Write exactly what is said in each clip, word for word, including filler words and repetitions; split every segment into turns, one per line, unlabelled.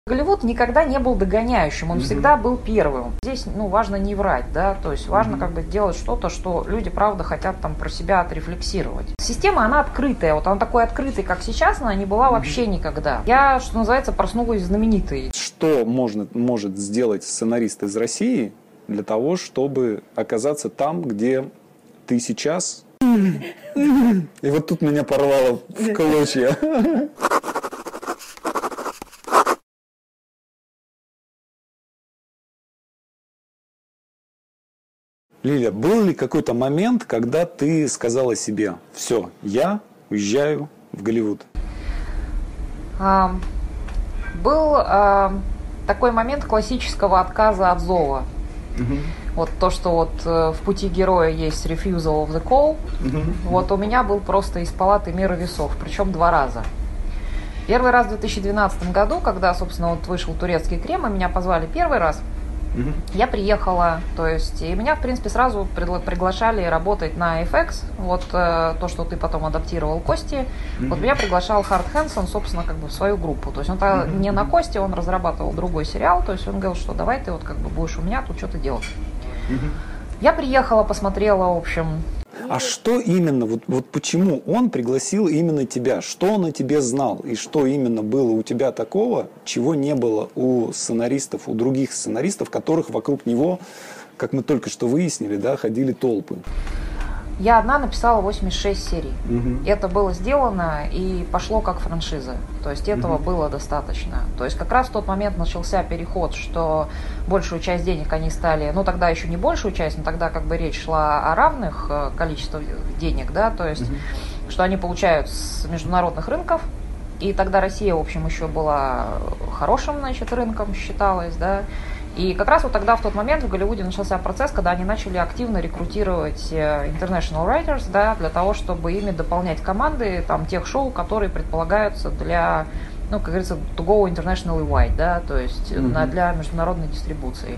Голливуд никогда не был догоняющим, он mm-hmm. всегда был первым. Здесь, ну, важно не врать, да, то есть важно mm-hmm. как бы делать что-то, что люди, правда, хотят там про себя отрефлексировать. Система, она открытая, вот она такой открытой, как сейчас, она не была mm-hmm. вообще никогда. Я, что называется, проснулась знаменитой.
Что можно, может сделать сценарист из России для того, чтобы оказаться там, где ты сейчас? И вот тут меня порвало в клочья. Лиля, был ли какой-то момент, когда ты сказала себе: все, я уезжаю в Голливуд?
А, был а, такой момент классического отказа от зова. Uh-huh. Вот то, что вот в «Пути героя» есть refusal of the call, uh-huh. вот у меня был просто из палаты меры весов, причем два раза. Первый раз в две тысячи двенадцатом году, когда, собственно, вот вышел «Турецкий Крем», и меня позвали первый раз, Uh-huh. я приехала, то есть, и меня, в принципе, сразу пригла- приглашали работать на эф икс, вот э, то, что ты потом адаптировал Кости, uh-huh. вот меня приглашал Харт Хэнсон, собственно, как бы в свою группу, то есть он uh-huh. не на Кости, он разрабатывал другой сериал, то есть он говорил, что давай ты вот как бы будешь у меня тут что-то делать. Uh-huh. Я приехала, посмотрела, в общем...
А что именно, вот, вот почему он пригласил именно тебя? Что он о тебе знал? И что именно было у тебя такого, чего не было у сценаристов, у других сценаристов, которых вокруг него, как мы только что выяснили, да, ходили толпы?
Я одна написала восемьдесят шесть серий.
Угу.
Это было сделано и пошло как франшиза. То есть этого угу. было достаточно. То есть как раз в тот момент начался переход, что большую часть денег они стали, ну тогда еще не большую часть, но тогда как бы речь шла о равных количествах денег, да, то есть угу. что они получают с международных рынков. И тогда Россия, в общем, еще была хорошим, значит, рынком считалась, да. И как раз вот тогда, в тот момент, в Голливуде начался процесс, когда они начали активно рекрутировать international writers, да, для того, чтобы ими дополнять команды там, тех шоу, которые предполагаются для, ну, как говорится, to go internationally wide, да, то есть mm-hmm. на, для международной дистрибуции.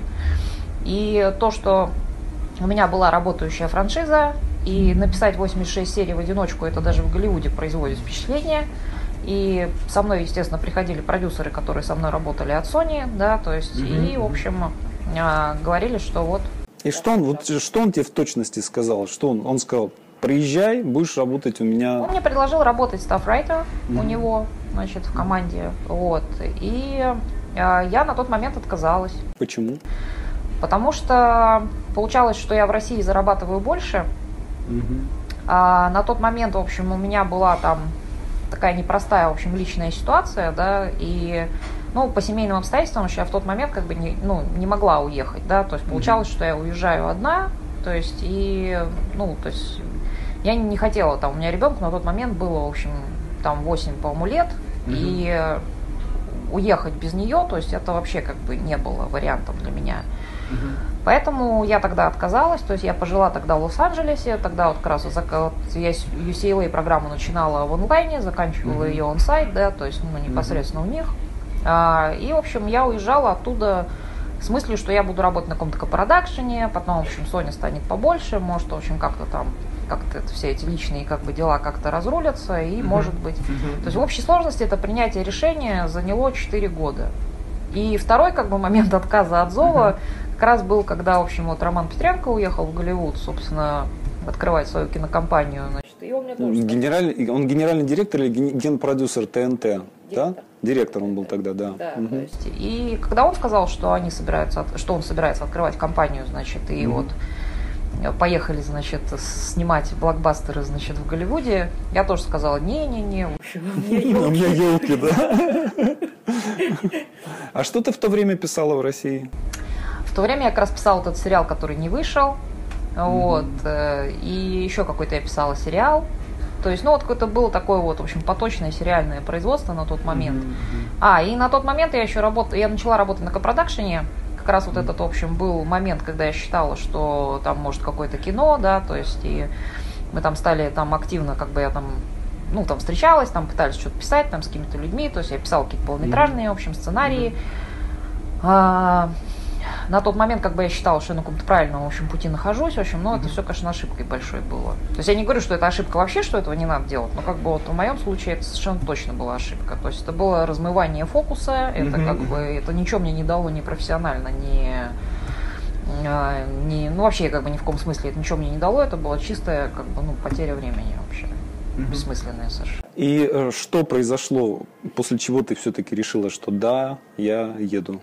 И то, что у меня была работающая франшиза, и написать восемьдесят шесть серий в одиночку, это даже в Голливуде производит впечатление. И со мной, естественно, приходили продюсеры, которые со мной работали от Sony, да, то есть, mm-hmm. и, в общем, говорили, что вот...
И что он, вот, что он тебе в точности сказал? Что он, он сказал: приезжай, будешь работать у меня...
Он мне предложил работать стаффрайтер mm-hmm. у него, значит, в команде, вот, и я на тот момент отказалась.
Почему?
Потому что получалось, что я в России зарабатываю больше, mm-hmm. а на тот момент, в общем, у меня была там... такая непростая, в общем, личная ситуация, да, и, ну, по семейным обстоятельствам я в тот момент как бы не, ну, не могла уехать, да, то есть получалось, mm-hmm. что я уезжаю одна, то есть, и, ну, то есть, я не хотела, там, у меня ребенку на тот момент было, в общем, там, восемь, по-моему, лет, mm-hmm. и уехать без нее, то есть, это вообще как бы не было вариантом для меня. Mm-hmm. Поэтому я тогда отказалась, то есть я пожила тогда в Лос-Анджелесе, тогда вот как раз я ю си эл эй программу начинала в онлайне, заканчивала mm-hmm. ее он-сайт, да, то есть ну, непосредственно mm-hmm. у них. А, и, в общем, я уезжала оттуда с мыслью, что я буду работать на каком-то копродакшене, потом, в общем, Sony станет побольше, может, в общем, как-то там, как-то это, все эти личные как бы дела как-то разрулятся, и, mm-hmm. может быть... Mm-hmm. То есть в общей сложности это принятие решения заняло четыре года. И второй как бы момент отказа от зова mm-hmm. как раз был, когда, в общем, вот Роман Петренко уехал в Голливуд, собственно, открывать свою кинокомпанию. Значит, и он мне тоже
Генераль... Он генеральный директор или ген... генпродюсер тэ эн тэ?
Директор.
Да? Директор он был тогда, да.
Да,
угу.
то есть, и когда он сказал, что они собираются, что он собирается открывать компанию, значит, и угу. вот поехали, значит, снимать блокбастеры, значит, в Голливуде, я тоже сказала: не-не-не, в общем, у меня
елки, да. А что ты в то время писала в России?
В то время я как раз писала этот сериал, который не вышел, вот, и еще какой-то я писала сериал. То есть, ну, вот это было такое вот, в общем, поточное сериальное производство на тот момент. Mm-hmm. А, и на тот момент я еще работала, я начала работать на копродакшене. Как раз вот этот, в общем, был момент, когда я считала, что там может какое-то кино, да, то есть, и мы там стали там активно, как бы я там, ну, там встречалась, там пытались что-то писать там с какими-то людьми, то есть я писала какие-то полнометражные, mm-hmm. в общем, сценарии. Mm-hmm. А, на тот момент как бы я считала, что я на каком-то правильном, в общем, пути нахожусь, в общем, но mm-hmm. это все, конечно, ошибкой большой было. То есть я не говорю, что это ошибка вообще, что этого не надо делать, но как бы вот в моем случае это совершенно точно была ошибка. То есть это было размывание фокуса, это mm-hmm. как бы, это ничего мне не дало ни профессионально, ни, ни, ну вообще как бы ни в каком смысле это ничего мне не дало, это была чистая как бы, ну, потеря времени вообще. Mm-hmm. Бессмысленная совершенно.
И э, что произошло, после чего ты все-таки решила, что да, я еду?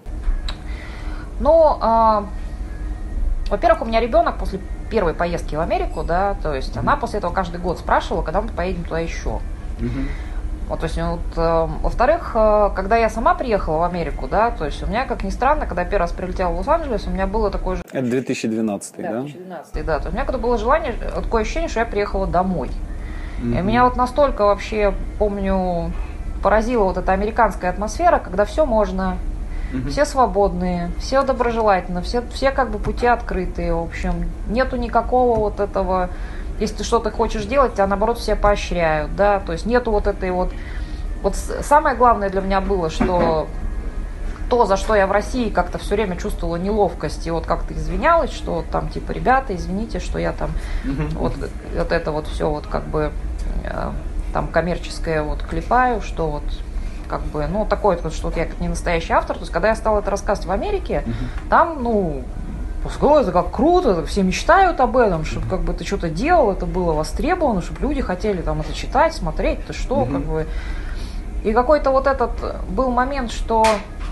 Ну, э, во-первых, у меня ребенок после первой поездки в Америку, да, то есть mm-hmm. она после этого каждый год спрашивала, когда мы поедем туда еще. Mm-hmm. Вот, то есть, вот, э, во-вторых, э, когда я сама приехала в Америку, да, то есть у меня, как ни странно, когда я первый раз прилетела в Лос-Анджелес, у меня было такое же...
Это две тысячи двенадцатый, да?
Да, две тысячи двенадцатый, да. То есть у меня когда было желание, такое ощущение, что я приехала домой. Mm-hmm. И меня вот настолько вообще, помню, поразила вот эта американская атмосфера, когда все можно, mm-hmm. все свободные, все доброжелательно, все, все как бы пути открытые, в общем, нету никакого вот этого, если ты что-то хочешь делать, тебя наоборот все поощряют, да, то есть нету вот этой вот, вот самое главное для меня было, что то, за что я в России как-то все время чувствовала неловкость и вот как-то извинялась, что там типа, ребята, извините, что я там mm-hmm. вот, вот это вот все вот как бы там коммерческое вот клепаю, что вот как бы, ну, такое вот, что вот я как не настоящий автор, то есть когда я стала это рассказывать в Америке, uh-huh. там, ну, пускай это как круто, все мечтают об этом, чтобы как бы ты что-то делал, это было востребовано, чтобы люди хотели там это читать, смотреть, ты что, uh-huh. как бы. И какой-то вот этот был момент, что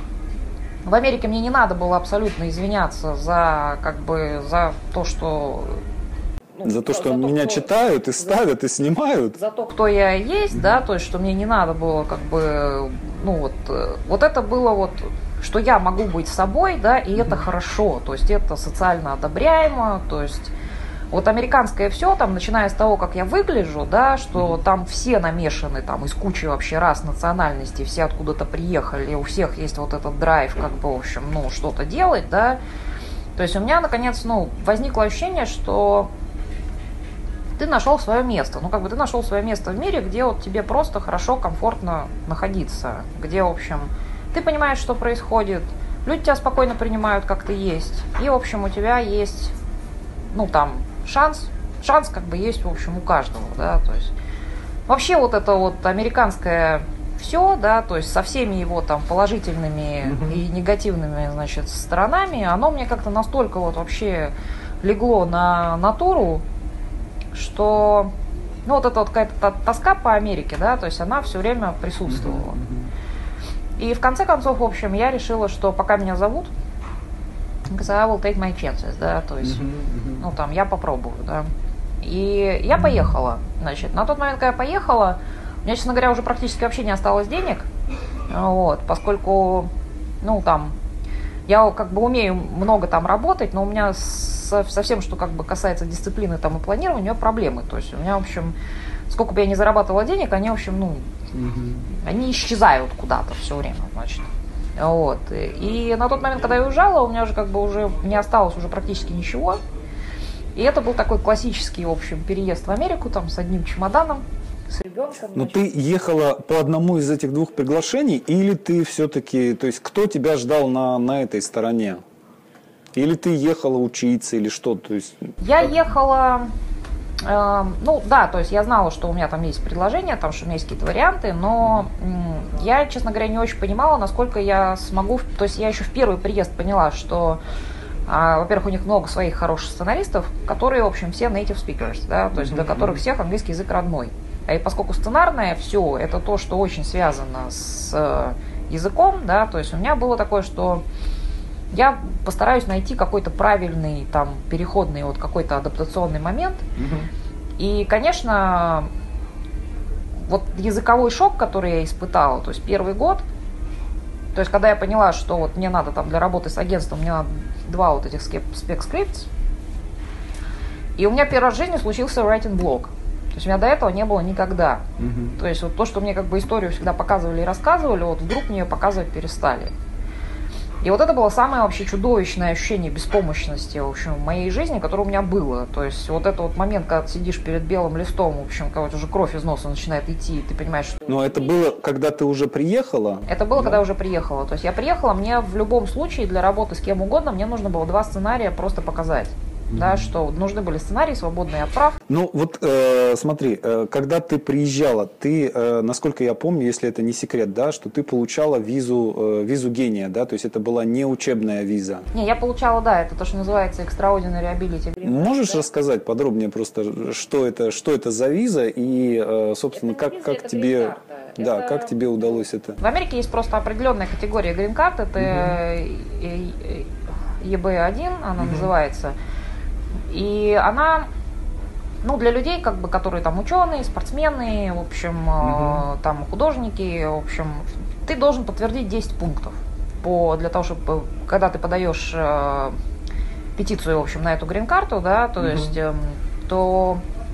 в Америке мне не надо было абсолютно извиняться за как бы за то, что
Ну, за то, что за меня то, читают и ставят, за, и снимают.
За то, кто я есть, mm-hmm. да, то есть, что мне не надо было, как бы, ну, вот, вот это было вот, что я могу быть собой, да, и mm-hmm. это хорошо, то есть, это социально одобряемо, то есть, вот американское все, там, начиная с того, как я выгляжу, да, что mm-hmm. там все намешаны, там, из кучи вообще рас, национальностей, все откуда-то приехали, у всех есть вот этот драйв, как бы, в общем, ну, что-то делать, да, то есть, у меня, наконец, ну, возникло ощущение, что ты нашел свое место. Ну, как бы ты нашел свое место в мире, где вот тебе просто хорошо, комфортно находиться. Где, в общем, ты понимаешь, что происходит, люди тебя спокойно принимают, как ты есть. И, в общем, у тебя есть, ну, там, шанс, шанс как бы есть, в общем, у каждого, да, то есть. Вообще вот это вот американское все, да, то есть со всеми его там положительными mm-hmm. и негативными, значит, сторонами, оно мне как-то настолько вот вообще легло на натуру, что, ну, вот эта вот какая-то тоска по Америке, да, то есть она все время присутствовала. Mm-hmm. И в конце концов, в общем, я решила, что пока меня зовут, I will take my chances, да, то есть, mm-hmm. ну, там, я попробую, да. И я поехала, значит, на тот момент, когда я поехала, у меня, честно говоря, уже практически вообще не осталось денег, вот, поскольку, ну, там, я как бы умею много там работать, но у меня со, со всем, что как бы касается дисциплины там и планирования, у меня проблемы. То есть у меня, в общем, сколько бы я ни зарабатывала денег, они, в общем, ну, mm-hmm. они исчезают куда-то все время, значит. Вот. И на тот момент, когда я уезжала, у меня уже как бы уже не осталось уже практически ничего. И это был такой классический, в общем, переезд в Америку там с одним чемоданом, с ребенком.
Но ты ехала по одному из этих двух приглашений, или ты все-таки, то есть кто тебя ждал на, на этой стороне? Или ты ехала учиться, или что? То есть...
Я ехала, э, ну да, то есть я знала, что у меня там есть предложения, там, что у меня есть какие-то варианты, но э, я, честно говоря, не очень понимала, насколько я смогу, то есть я еще в первый приезд поняла, что, э, во-первых, у них много своих хороших сценаристов, которые, в общем, все native speakers, да, то есть для которых всех английский язык родной. И поскольку сценарное все, это то, что очень связано с э, языком, да, то есть у меня было такое, что я постараюсь найти какой-то правильный там переходный вот какой-то адаптационный момент. Mm-hmm. И, конечно, вот языковой шок, который я испытала, то есть первый год, то есть когда я поняла, что вот мне надо там для работы с агентством, мне надо два вот этих спек-скриптс, и у меня первый раз в жизни случился writing blog. То есть у меня до этого не было никогда. Mm-hmm. То есть вот то, что мне как бы историю всегда показывали и рассказывали, вот вдруг мне ее показывать перестали. И вот это было самое вообще чудовищное ощущение беспомощности, в общем, в моей жизни, которое у меня было. То есть вот этот вот момент, когда ты сидишь перед белым листом, в общем, когда уже кровь из носа начинает идти, и ты понимаешь, что...
Но это было, когда ты уже приехала?
Это было,
да?
когда я уже приехала. То есть я приехала, мне в любом случае для работы с кем угодно, мне нужно было два сценария просто показать. Да, что нужны были сценарии, свободные от прав.
Ну вот э, смотри, э, когда ты приезжала, ты, э, насколько я помню, если это не секрет, да, что ты получала визу, э, визу гения, да, то есть это была не учебная виза.
Не, я получала, да, это то, что называется Extraordinary Ability.
Можешь
да?
рассказать подробнее просто, что это, что это за виза и, э, собственно, это как, виза, как тебе, да, это... как тебе удалось это?
В Америке есть просто определенная категория грин-карт, это и би один, она угу. называется. И она, ну, для людей, как бы, которые там ученые, спортсмены, в общем, uh-huh. э, там художники, в общем, ты должен подтвердить десять пунктов по, для того, чтобы, когда ты подаешь э, петицию, в общем, на эту грин-карту, да, то uh-huh. есть, э, то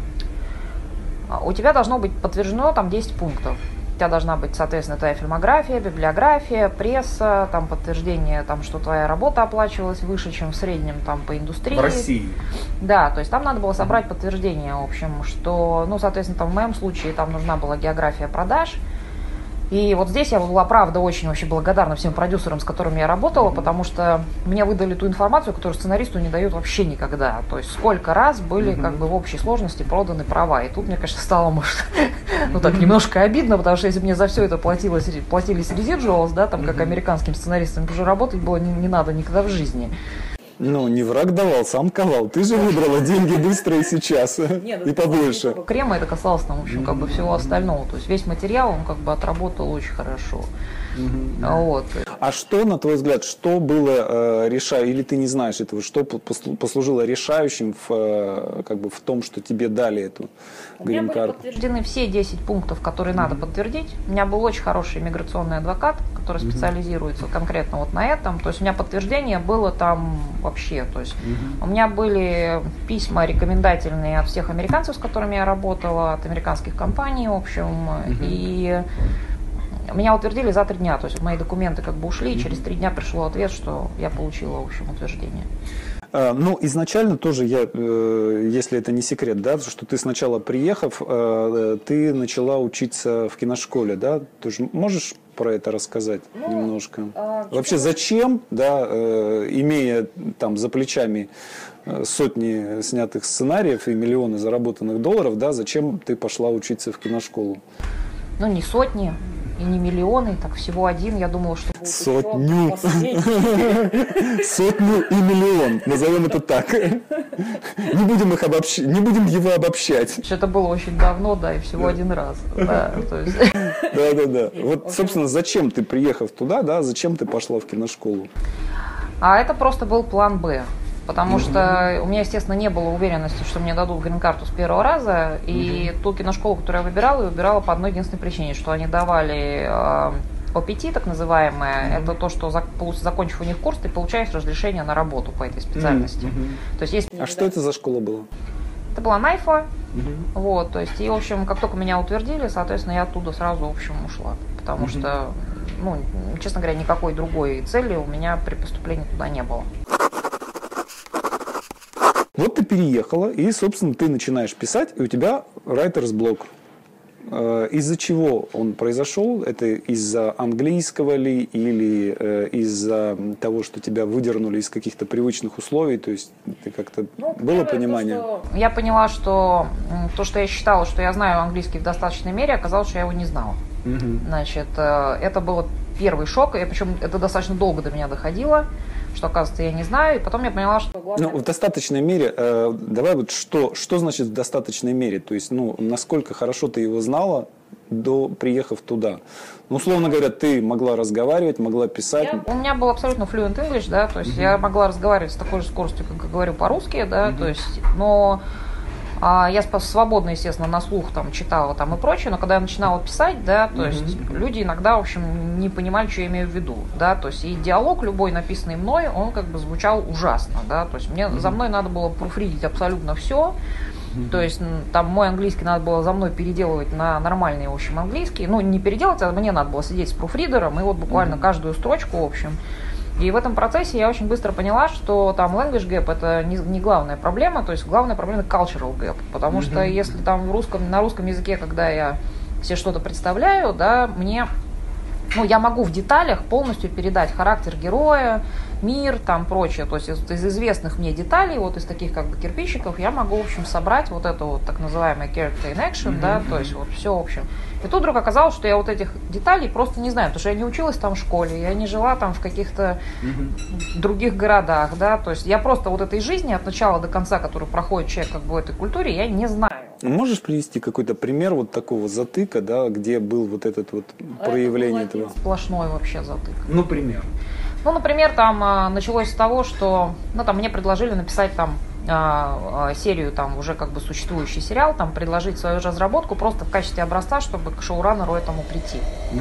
у тебя должно быть подтверждено там десять пунктов. У тебя должна быть, соответственно, твоя фильмография, библиография, пресса, там подтверждение, там, что твоя работа оплачивалась выше, чем в среднем там, по индустрии.
В России.
Да, то есть там надо было собрать подтверждение, в общем, что, ну, соответственно, там, в моем случае там нужна была география продаж. И вот здесь я была, правда, очень вообще благодарна всем продюсерам, с которыми я работала, mm-hmm. потому что мне выдали ту информацию, которую сценаристу не дают вообще никогда. То есть сколько раз были mm-hmm. как бы в общей сложности проданы права. И тут мне, конечно, стало, может, mm-hmm. ну так немножко обидно, потому что если бы мне за все это платилось, платились residuals, да, там, mm-hmm. как американским сценаристам, уже работать было не, не надо никогда в жизни.
Ну, не враг давал, сам ковал. Ты же выбрала деньги быстро и сейчас. Нет, и побольше.
Крема это касалось там, в общем, как бы всего остального. То есть весь материал, он как бы отработал очень хорошо.
Mm-hmm. Вот. А что, на твой взгляд, что было э, решаю, или ты не знаешь этого, что послужило решающим в, э, как бы в том, что тебе дали эту грин-карту? У меня были
подтверждены все десять пунктов, которые mm-hmm. надо подтвердить. У меня был очень хороший миграционный адвокат, который mm-hmm. специализируется конкретно вот на этом. То есть у меня подтверждение было там вообще. То есть mm-hmm. у меня были письма рекомендательные от всех американцев, с которыми я работала, от американских компаний, в общем, mm-hmm. и меня утвердили за три дня, то есть мои документы как бы ушли, и через три дня пришел ответ, что я получила, в общем, утверждение.
Ну, изначально тоже, я, если это не секрет, да, что ты сначала приехав, ты начала учиться в киношколе, да? Ты же можешь про это рассказать ну, немножко? А, Вообще, зачем, да, имея там за плечами сотни снятых сценариев и миллионы заработанных долларов, да, зачем ты пошла учиться в киношколу?
Ну, не сотни. И не миллионы, так всего один, я думала, что...
Сотню. Сотню и миллион, назовем это так. Не будем их обобщать, не будем его обобщать.
Это было очень давно, да, и всего один раз. Да,
да, да. Вот, собственно, зачем ты, приехав туда, да, зачем ты пошла в киношколу?
А это просто был план «Б». Потому mm-hmm. что у меня, естественно, не было уверенности, что мне дадут грин-карту с первого раза. И mm-hmm. ту киношколу, которую я выбирала, я выбирала по одной единственной причине, что они давали э, о пи ти, так называемое. Mm-hmm. Это то, что, закончив у них курс, ты получаешь разрешение на работу по этой специальности. Mm-hmm. То есть, если...
А что это за школа была?
Это была Найфа. Mm-hmm. Вот, то есть, и, в общем, как только меня утвердили, соответственно, я оттуда сразу, в общем, ушла. Потому mm-hmm. что, ну, честно говоря, никакой другой цели у меня при поступлении туда не было.
Вот ты переехала, и, собственно, ты начинаешь писать, и у тебя writer's block. Из-за чего он произошел? Это из-за английского ли или из-за того, что тебя выдернули из каких-то привычных условий? То есть ты как-то ну, было понимание?
То, что... Я поняла, что то, что я считала, что я знаю английский в достаточной мере, оказалось, что я его не знала. Угу. Значит, это был первый шок, и причем это достаточно долго до меня доходило, что, оказывается, я не знаю, и потом я поняла, что главное...
Ну, в достаточной мере, э, давай вот что, что значит в достаточной мере? То есть, ну, насколько хорошо ты его знала, до приехав туда? Ну, условно говоря, ты могла разговаривать, могла писать.
Я, у меня был абсолютно fluent English, да, то есть mm-hmm. я могла разговаривать с такой же скоростью, как говорю по-русски, да, mm-hmm. то есть, но... А я свободно, естественно, на слух там читала там и прочее, но когда я начинала писать, да, то mm-hmm. есть люди иногда, в общем, не понимали, что я имею в виду, да, то есть и диалог любой, написанный мной, он как бы звучал ужасно, да, то есть мне mm-hmm. за мной надо было пруфридить абсолютно все, mm-hmm. то есть там мой английский надо было за мной переделывать на нормальный, в общем, английский, ну, не переделать, а мне надо было сидеть с пруфридером, и вот буквально mm-hmm. каждую строчку, в общем, И в этом процессе я очень быстро поняла, что там language gap это не, не главная проблема, то есть главная проблема cultural gap, потому mm-hmm. что если там в русском, на русском языке, когда я себе что-то представляю, да, мне, ну, я могу в деталях полностью передать характер героя, мир, там, прочее, то есть из, из известных мне деталей, вот из таких как бы кирпичиков, я могу, в общем, собрать вот это вот так называемое character in action, mm-hmm. да, то есть вот все, в общем. И тут вдруг оказалось, что я вот этих деталей просто не знаю, потому что я не училась там в школе, я не жила там в каких-то mm-hmm. других городах, да, то есть я просто вот этой жизни от начала до конца, которую проходит человек как бы в этой культуре, я не знаю.
Можешь привести какой-то пример вот такого затыка, да, где был вот этот вот проявление
это
этого?
Сплошной вообще затык.
Ну, пример.
Ну, например, там а, началось с того, что, ну, там мне предложили написать там а, а, серию, там, уже как бы существующий сериал, там, предложить свою разработку просто в качестве образца, чтобы к шоураннеру этому прийти.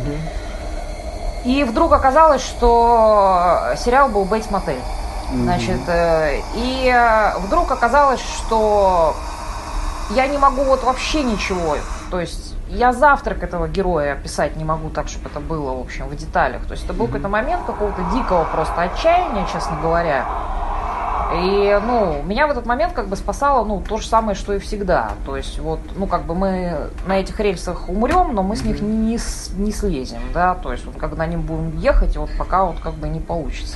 Угу. И вдруг оказалось, что сериал был Бейтс Мотель. Угу. Значит, э, и вдруг оказалось, что я не могу вот вообще ничего, то есть я завтрак этого героя описать не могу так, чтобы это было, в общем, в деталях. То есть это был mm-hmm. какой-то момент какого-то дикого просто отчаяния, честно говоря. И, ну, меня в этот момент как бы спасало, ну, то же самое, что и всегда. То есть вот, ну, как бы мы на этих рельсах умрем, но мы с них не, не слезем, да. То есть вот когда на ним будем ехать, вот пока вот как бы не получится.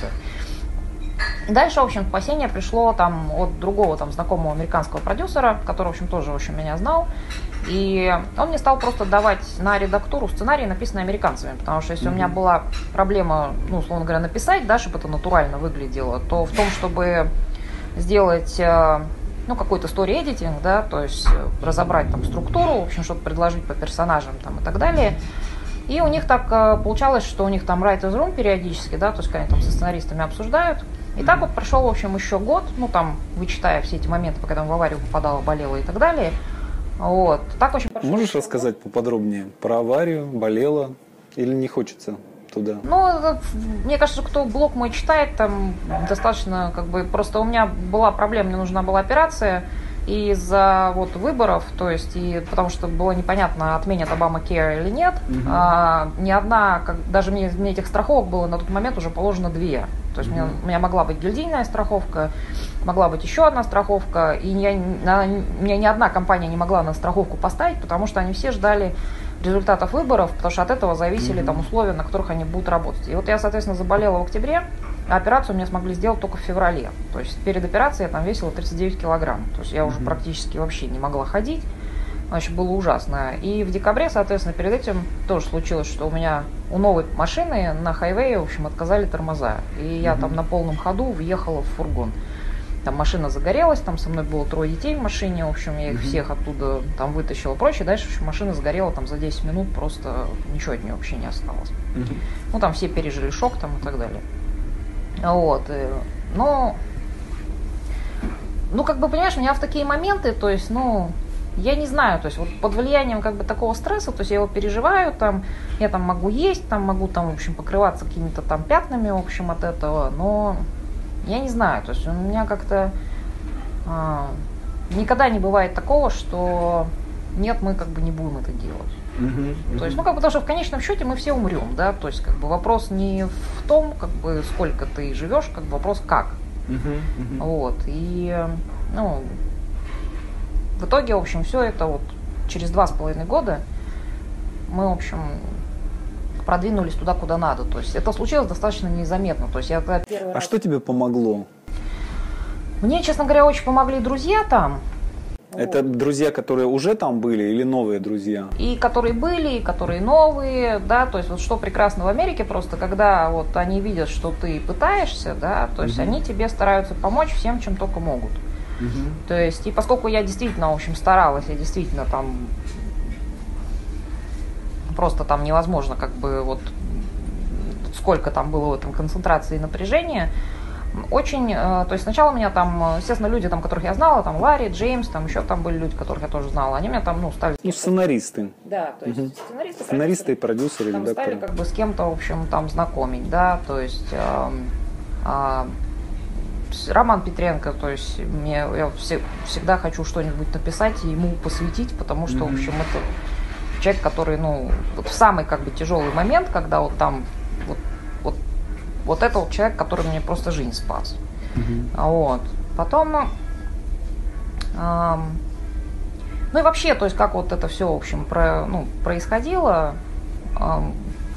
И дальше, в общем, спасение пришло там от другого там знакомого американского продюсера, который, в общем, тоже, в общем, меня знал. И он мне стал просто давать на редактуру сценарии, написанные американцами, потому что если mm-hmm. у меня была проблема, ну, условно говоря, написать, да, чтобы это натурально выглядело, то в том, чтобы сделать, ну, какой-то story editing, да, то есть разобрать там структуру, в общем, что-то предложить по персонажам там и так далее. И у них так получалось, что у них там writer's room периодически, да, то есть они там со сценаристами обсуждают. И так вот прошел, в общем, еще год, ну, там, вычитая все эти моменты, пока там в аварию попадала, болела и так далее. Вот. Так очень прошел.
Можешь рассказать год. Поподробнее про аварию, болела или не хочется туда?
Ну, мне кажется, кто блог мой читает, там достаточно, как бы, просто у меня была проблема, мне нужна была операция. И из-за вот выборов, то есть, и потому что было непонятно, отменят Obamacare или нет, uh-huh. а, ни одна, как, даже мне, мне этих страховок было на тот момент уже положено две. То есть uh-huh. мне, у меня могла быть гильдийная страховка, могла быть еще одна страховка, и я, на, меня ни одна компания не могла на страховку поставить, потому что они все ждали результатов выборов, потому что от этого зависели uh-huh. там условия, на которых они будут работать. И вот я, соответственно, заболела в октябре, а операцию мне смогли сделать только в феврале. То есть перед операцией я там весила тридцать девять килограмм. То есть я уже mm-hmm. практически вообще не могла ходить. Значит, было ужасно. И в декабре, соответственно, перед этим тоже случилось, что у меня у новой машины на хайвее, в общем, отказали тормоза. И mm-hmm. я там на полном ходу въехала в фургон. Там машина загорелась, там со мной было трое детей в машине, в общем, я их mm-hmm. всех оттуда там вытащила и прочее. Дальше, в общем, машина сгорела там за десять минут, просто ничего от нее вообще не осталось. Mm-hmm. Ну, там все пережили шок там и так далее. Вот, ну, ну, как бы, понимаешь, у меня в такие моменты, то есть, ну, я не знаю, то есть, вот под влиянием, как бы, такого стресса, то есть, я его переживаю, там, я там могу есть, там, могу, там, в общем, покрываться какими-то там пятнами, в общем, от этого, но я не знаю, то есть, у меня как-то а, никогда не бывает такого, что нет, мы, как бы, не будем это делать. Uh-huh, uh-huh. То есть, ну, как бы, потому что в конечном счете мы все умрем, да, то есть, как бы, вопрос не в том, как бы, сколько ты живешь, как бы, вопрос как. Uh-huh, uh-huh. Вот, и, ну, в итоге, в общем, все это вот через два с половиной года мы, в общем, продвинулись туда, куда надо, то есть, это случилось достаточно незаметно, то есть, я когда первый
А
раз...
что тебе помогло?
Мне, честно говоря, очень помогли друзья там.
Это вот. Друзья, которые уже там были, или новые друзья?
И которые были, и которые новые, да, то есть вот что прекрасно в Америке, просто когда вот они видят, что ты пытаешься, да, то есть угу. они тебе стараются помочь всем, чем только могут. Угу. То есть, и поскольку я действительно, в общем, старалась, я действительно там, просто там невозможно, как бы вот, сколько там было в этом концентрации и напряжения, очень, то есть сначала меня там, естественно, люди, там, которых я знала, там Ларри, Джеймс, там еще там были люди, которых я тоже знала, они меня там, ну, стали...
Ну, сценаристы.
Да, то есть
угу.
сценаристы,
сценаристы и продюсеры,
там
редакторы.
стали как бы с кем-то, в общем, там знакомить, да, то есть э, э, Роман Петренко, то есть мне, я все, всегда хочу что-нибудь написать и ему посвятить, потому что, угу. в общем, это человек, который, ну, вот в самый, как бы, тяжелый момент, когда вот там, вот, вот вот это вот человек, который мне просто жизнь спас.
Угу.
Вот. Потом, эм, ну и вообще, то есть как вот это все, в общем, про, ну, происходило. Эм,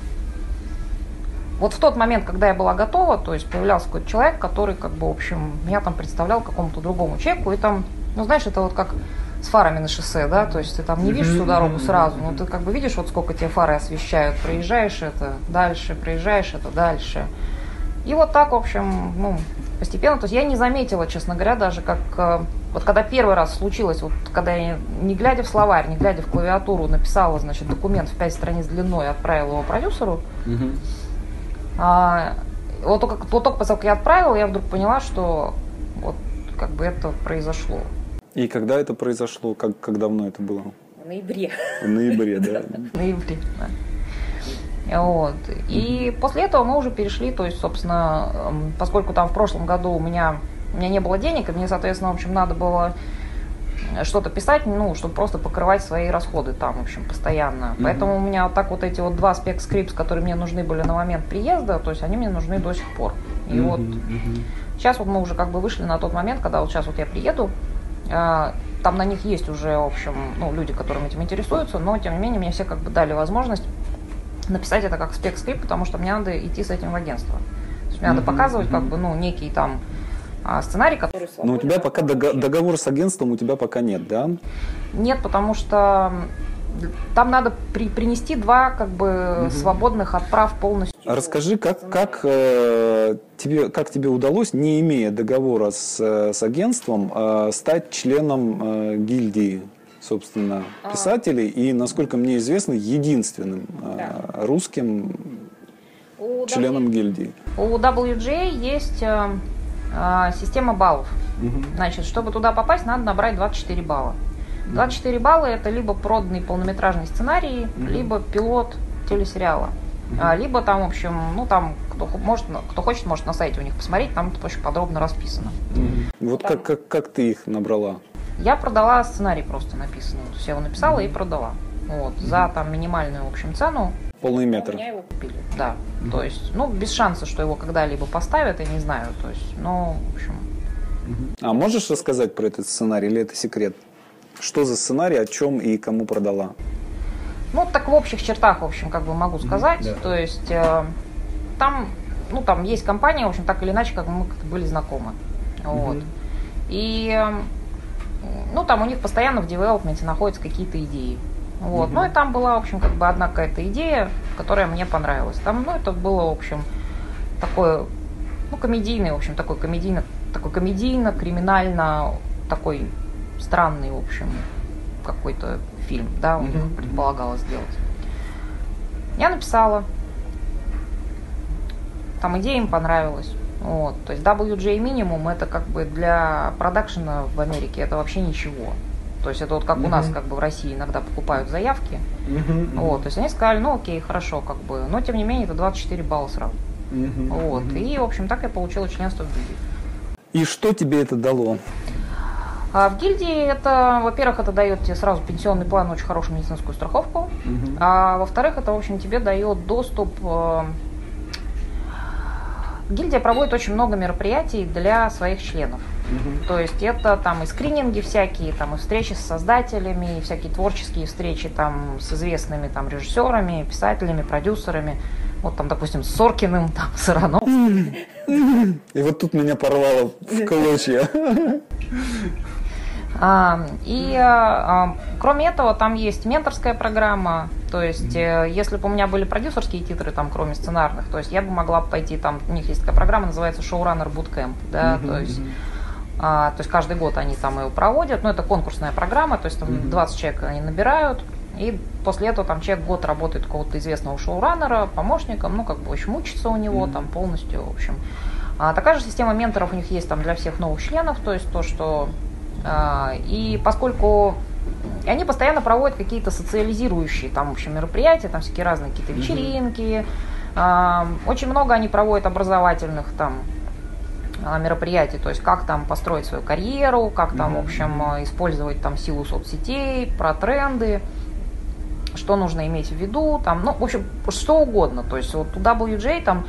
вот в тот момент, когда я была готова, то есть появлялся какой-то человек, который, как бы, в общем, меня там представлял какому-то другому человеку, и там, ну, знаешь, это вот как с фарами на шоссе, да, то есть ты там не видишь всю дорогу сразу, но ты как бы видишь, вот сколько тебе фары освещают, проезжаешь это дальше, проезжаешь это дальше. И вот так, в общем, ну, постепенно, то есть я не заметила, честно говоря, даже как, вот когда первый раз случилось, вот когда я, не глядя в словарь, не глядя в клавиатуру, написала, значит, документ в пять страниц длиной и отправила его продюсеру,
угу.
а, вот только, вот только поскольку я отправила, я вдруг поняла, что вот как бы это произошло.
И когда это произошло? Как, как давно это было?
В ноябре.
В ноябре, да.
В ноябре, да. Вот. И после этого мы уже перешли, то есть, собственно, поскольку там в прошлом году у меня, у меня не было денег, и мне, соответственно, в общем, надо было что-то писать, ну, чтобы просто покрывать свои расходы там, в общем, постоянно. Mm-hmm. Поэтому у меня вот так вот эти вот два спек-скрипс, которые мне нужны были на момент приезда, то есть они мне нужны до сих пор. И mm-hmm. вот mm-hmm. сейчас вот мы уже как бы вышли на тот момент, когда вот сейчас вот я приеду, там на них есть уже, в общем, ну, люди, которым этим интересуются, но, тем не менее, мне все как бы дали возможность написать это как спек-скрипт, потому что мне надо идти с этим в агентство. То есть мне mm-hmm. надо показывать, как бы, ну, некий там сценарий, который...
Но у тебя пока договор с агентством у тебя пока нет, да?
Нет, потому что там надо при, принести два, как бы, mm-hmm. свободных отправ полностью.
Расскажи, как, как, э, тебе, как тебе удалось, не имея договора с, с агентством, э, стать членом э, гильдии, собственно, писателей, а. и, насколько мне известно, единственным э, да. русским у членом w... гильдии.
У дабл ю джей есть э, э, система баллов. Угу. Значит, чтобы туда попасть, надо набрать двадцать четыре балла. двадцать четыре балла – это либо проданный полнометражный сценарий, угу. либо пилот телесериала. А, либо там, в общем, ну там, кто, может, кто хочет, может на сайте у них посмотреть, там это очень подробно расписано.
Mm-hmm. Вот там... как, как, как ты их набрала?
Я продала сценарий просто написанный. То есть я его написала mm-hmm. и продала. Вот, mm-hmm. за там минимальную, в общем, цену.
Полный метр.
У меня его купили, да. Mm-hmm. То есть, ну, без шанса, что его когда-либо поставят, я не знаю. То есть, ну, в общем.
Mm-hmm. А можешь рассказать про этот сценарий или это секрет? Что за сценарий, о чем и кому продала?
Ну, так в общих чертах, в общем, как бы могу сказать. Mm-hmm. То есть э, там, ну, там есть компания, в общем, так или иначе, как мы были знакомы. Вот. Mm-hmm. И, э, ну, там у них постоянно в девелопменте находятся какие-то идеи. Вот. Mm-hmm. Ну, и там была, в общем, как бы одна какая-то идея, которая мне понравилась. Там, ну, это было, в общем, такое, ну, комедийный, в общем, такой комедийно, такой комедийно, криминально, такой странный, в общем, какой-то фильм, да, у них mm-hmm. предполагалось сделать. Я написала. Там идея им понравилась. Вот. То есть дабл ю джей минимум это как бы для продакшена в Америке это вообще ничего. То есть это вот как mm-hmm. у нас как бы в России иногда покупают заявки. Mm-hmm. Вот. То есть они сказали, ну окей, хорошо, как бы, но тем не менее это двадцать четыре балла сразу. Mm-hmm. Вот. И, в общем, так я получила членство в гильдии.
И что тебе это дало?
А в гильдии это, во-первых, это дает тебе сразу пенсионный план, очень хорошую медицинскую страховку, uh-huh. а во-вторых, это, в общем, тебе дает доступ. Э... Гильдия проводит очень много мероприятий для своих членов. Uh-huh. То есть это там и скрининги всякие, там и встречи с создателями, и всякие творческие встречи там с известными там режиссерами, писателями, продюсерами. Вот там, допустим, с Соркиным, там, с Ароновским.
И вот тут меня порвало в клочья.
А, и а, кроме этого, там есть менторская программа, то есть, mm-hmm. если бы у меня были продюсерские титры, там, кроме сценарных, то есть я бы могла пойти, там, у них есть такая программа, называется Showrunner Bootcamp, да, mm-hmm. то есть, а, то есть каждый год они там его проводят, но это конкурсная программа, то есть там mm-hmm. двадцать человек они набирают, и после этого там человек год работает какого-то известного шоураннера, помощником, ну, как бы, в общем, учится у него mm-hmm. там полностью, в общем. А, такая же система менторов у них есть там для всех новых членов, то есть то, что... А, и поскольку они постоянно проводят какие-то социализирующие там, в общем, мероприятия, там всякие разные какие-то вечеринки, mm-hmm. а, очень много они проводят образовательных там мероприятий, то есть как там построить свою карьеру, как там, mm-hmm. в общем, использовать там силу соцсетей, про тренды, что нужно иметь в виду, там, ну, в общем, что угодно. То есть вот у дабл ю джей там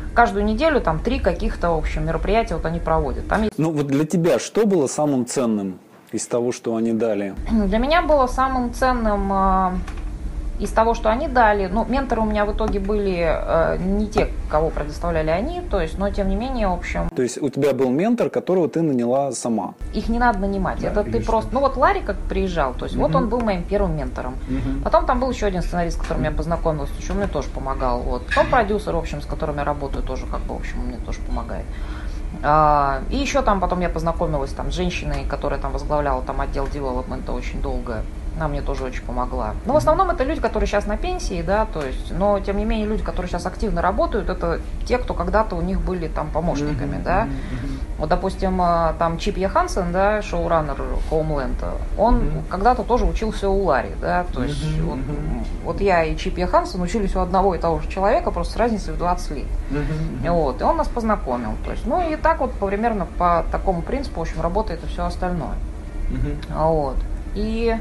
каждую неделю там три каких-то, в общем, мероприятия вот они проводят. Там есть...
Ну вот для тебя что было самым ценным из того, что они дали?
Для меня было самым ценным э, из того, что они дали, ну, менторы у меня в итоге были э, не те, кого предоставляли они, то есть, но тем не менее, в общем...
То есть у тебя был ментор, которого ты наняла сама?
Их не надо нанимать, да, это ты просто... Ну вот Ларри как приезжал, то есть угу. вот он был моим первым ментором. Угу. Потом там был еще один сценарист, с которым я познакомилась, еще мне тоже помогал. Вот. Потом продюсер, в общем, с которым я работаю, тоже как бы, в общем, мне тоже помогает. А, и еще там потом я познакомилась там с женщиной, которая там возглавляла там отдел девелопмента очень долго. Она мне тоже очень помогла. Но в основном это люди, которые сейчас на пенсии, да, то есть, но тем не менее люди, которые сейчас активно работают, это те, кто когда-то у них были там помощниками, mm-hmm. да. Mm-hmm. Вот, допустим, там Чип Йоханссон, да, шоураннер Homeland, он mm-hmm. когда-то тоже учился у Ларри, да, то есть mm-hmm. вот, вот я и Чип Йоханссон учились у одного и того же человека, просто с разницей в двадцать лет. Mm-hmm. Вот, и он нас познакомил, то есть, ну и так вот примерно по такому принципу, в общем, работает и все остальное. Mm-hmm. Вот, и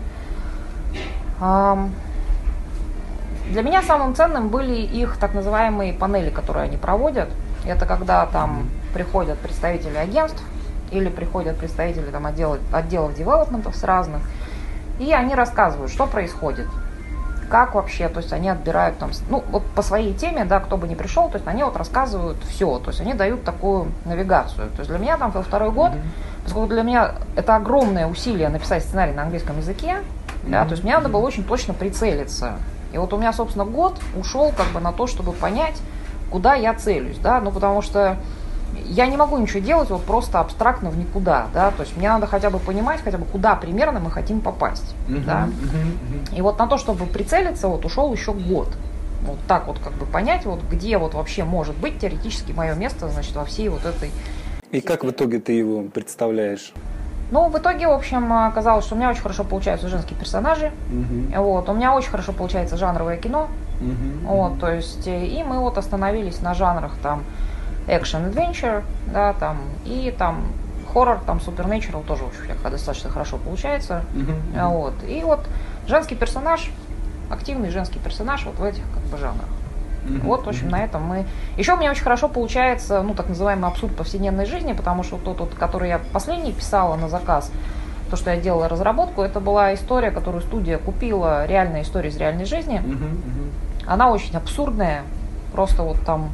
для меня самым ценным были их так называемые панели, которые они проводят. Это когда там приходят представители агентств или приходят представители там, отделов, отделов девелопментов с разных, и они рассказывают, что происходит, как вообще, то есть они отбирают там, ну вот по своей теме, да, кто бы ни пришел, то есть они вот рассказывают все, то есть они дают такую навигацию. То есть для меня там во второй год, поскольку для меня это огромное усилие написать сценарий на английском языке, да, то есть мне надо было очень точно прицелиться. И вот у меня, собственно, год ушел как бы на то, чтобы понять, куда я целюсь, да, ну потому что я не могу ничего делать вот просто абстрактно в никуда, да, то есть мне надо хотя бы понимать, хотя бы куда примерно мы хотим попасть, uh-huh, да. Uh-huh, uh-huh. И вот на то, чтобы прицелиться, вот ушел еще год. Вот так вот как бы понять, вот где вот вообще может быть теоретически мое место, значит, во всей вот этой...
И как в итоге ты его представляешь?
Ну, в итоге, в общем, оказалось, что у меня очень хорошо получаются женские персонажи. Uh-huh. Вот, у меня очень хорошо получается жанровое кино. Uh-huh. Вот, то есть, и мы вот остановились на жанрах там action-adventure, да, там, и там хоррор, там, supernatural тоже очень достаточно хорошо получается. Uh-huh. Вот, и вот женский персонаж, активный женский персонаж вот в этих как бы жанрах. Mm-hmm. Вот, в общем, на этом мы... Еще у меня очень хорошо получается, ну, так называемый абсурд повседневной жизни, потому что тот, тот, который я последний писала на заказ, то, что я делала разработку, это была история, которую студия купила, реальная история из реальной жизни. Mm-hmm. Она очень абсурдная, просто вот там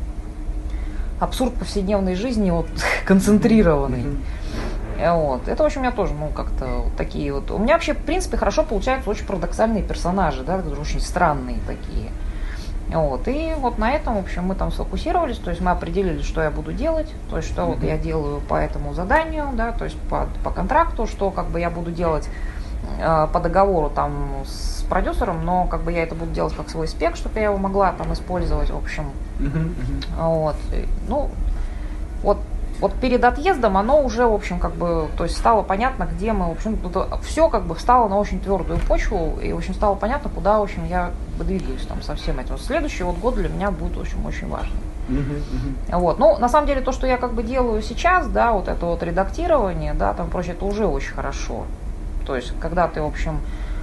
абсурд повседневной жизни вот концентрированный. Mm-hmm. Вот. Это, в общем, у меня тоже, ну, как-то вот такие вот... У меня вообще, в принципе, хорошо получаются очень парадоксальные персонажи, да, которые очень странные такие. Вот, и вот на этом, в общем, мы там сфокусировались, то есть мы определили, что я буду делать, то есть что mm-hmm. вот я делаю по этому заданию, да, то есть по, по контракту, что как бы я буду делать э, по договору там с продюсером, но как бы я это буду делать как свой спек, чтобы я его могла там использовать, в общем. Mm-hmm. Вот, ну, вот. Вот перед отъездом оно уже, в общем, как бы, то есть стало понятно, где мы, в общем, все как бы встало на очень твердую почву, и, в общем, стало понятно, куда, в общем, я двигаюсь там со всем этим. Следующий вот год для меня будет, в общем, очень важный. Uh-huh, uh-huh. Вот, ну, на самом деле, то, что я как бы делаю сейчас, да, вот это вот редактирование, да, там прочее, это уже очень хорошо. То есть, когда ты, в общем,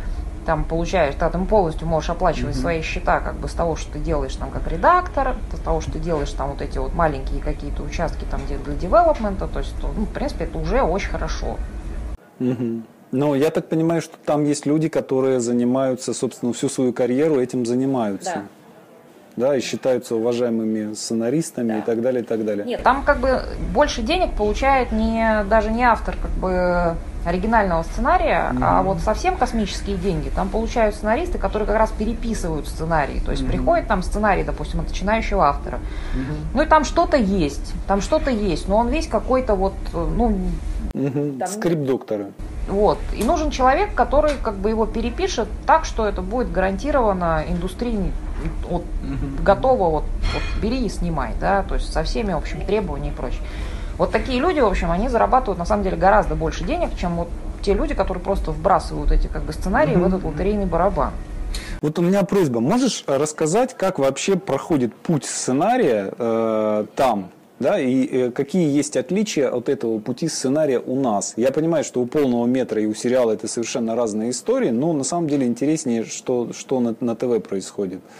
там получаешь, да, ты полностью можешь оплачивать mm-hmm. свои счета как бы с того, что ты делаешь там как редактор, с того, что ты делаешь там вот эти вот маленькие какие-то участки там где для девелопмента, то есть, ну, в принципе, это уже очень хорошо.
Mm-hmm. Но я так понимаю, что там есть люди, которые занимаются, собственно, всю свою карьеру этим занимаются.
Да.
Да, и считаются уважаемыми сценаристами, да, и так далее, и так далее.
Нет, там как бы больше денег получает не, даже не автор как бы оригинального сценария, mm-hmm. а вот совсем космические деньги там получают сценаристы, которые как раз переписывают сценарий. То есть mm-hmm. приходит там сценарий, допустим, от начинающего автора. Mm-hmm. Ну и там что-то есть, там что-то есть, но он весь какой-то вот, ну...
Mm-hmm. Там... Скрипт-доктора.
Вот. И нужен человек, который как бы его перепишет так, что это будет гарантировано индустрии вот, mm-hmm. готово, вот, вот бери и снимай, да, то есть со всеми, в общем, требованиями и прочее. Вот такие люди, в общем, они зарабатывают на самом деле гораздо больше денег, чем вот те люди, которые просто вбрасывают эти как бы сценарии mm-hmm. в этот лотерейный барабан.
Вот у меня просьба, можешь рассказать, как вообще проходит путь сценария э, там? Да, и э, какие есть отличия от этого пути сценария у нас? Я понимаю, что у полного метра и у сериала это совершенно разные истории, но на самом деле интереснее, что, что на, на ТВ происходит.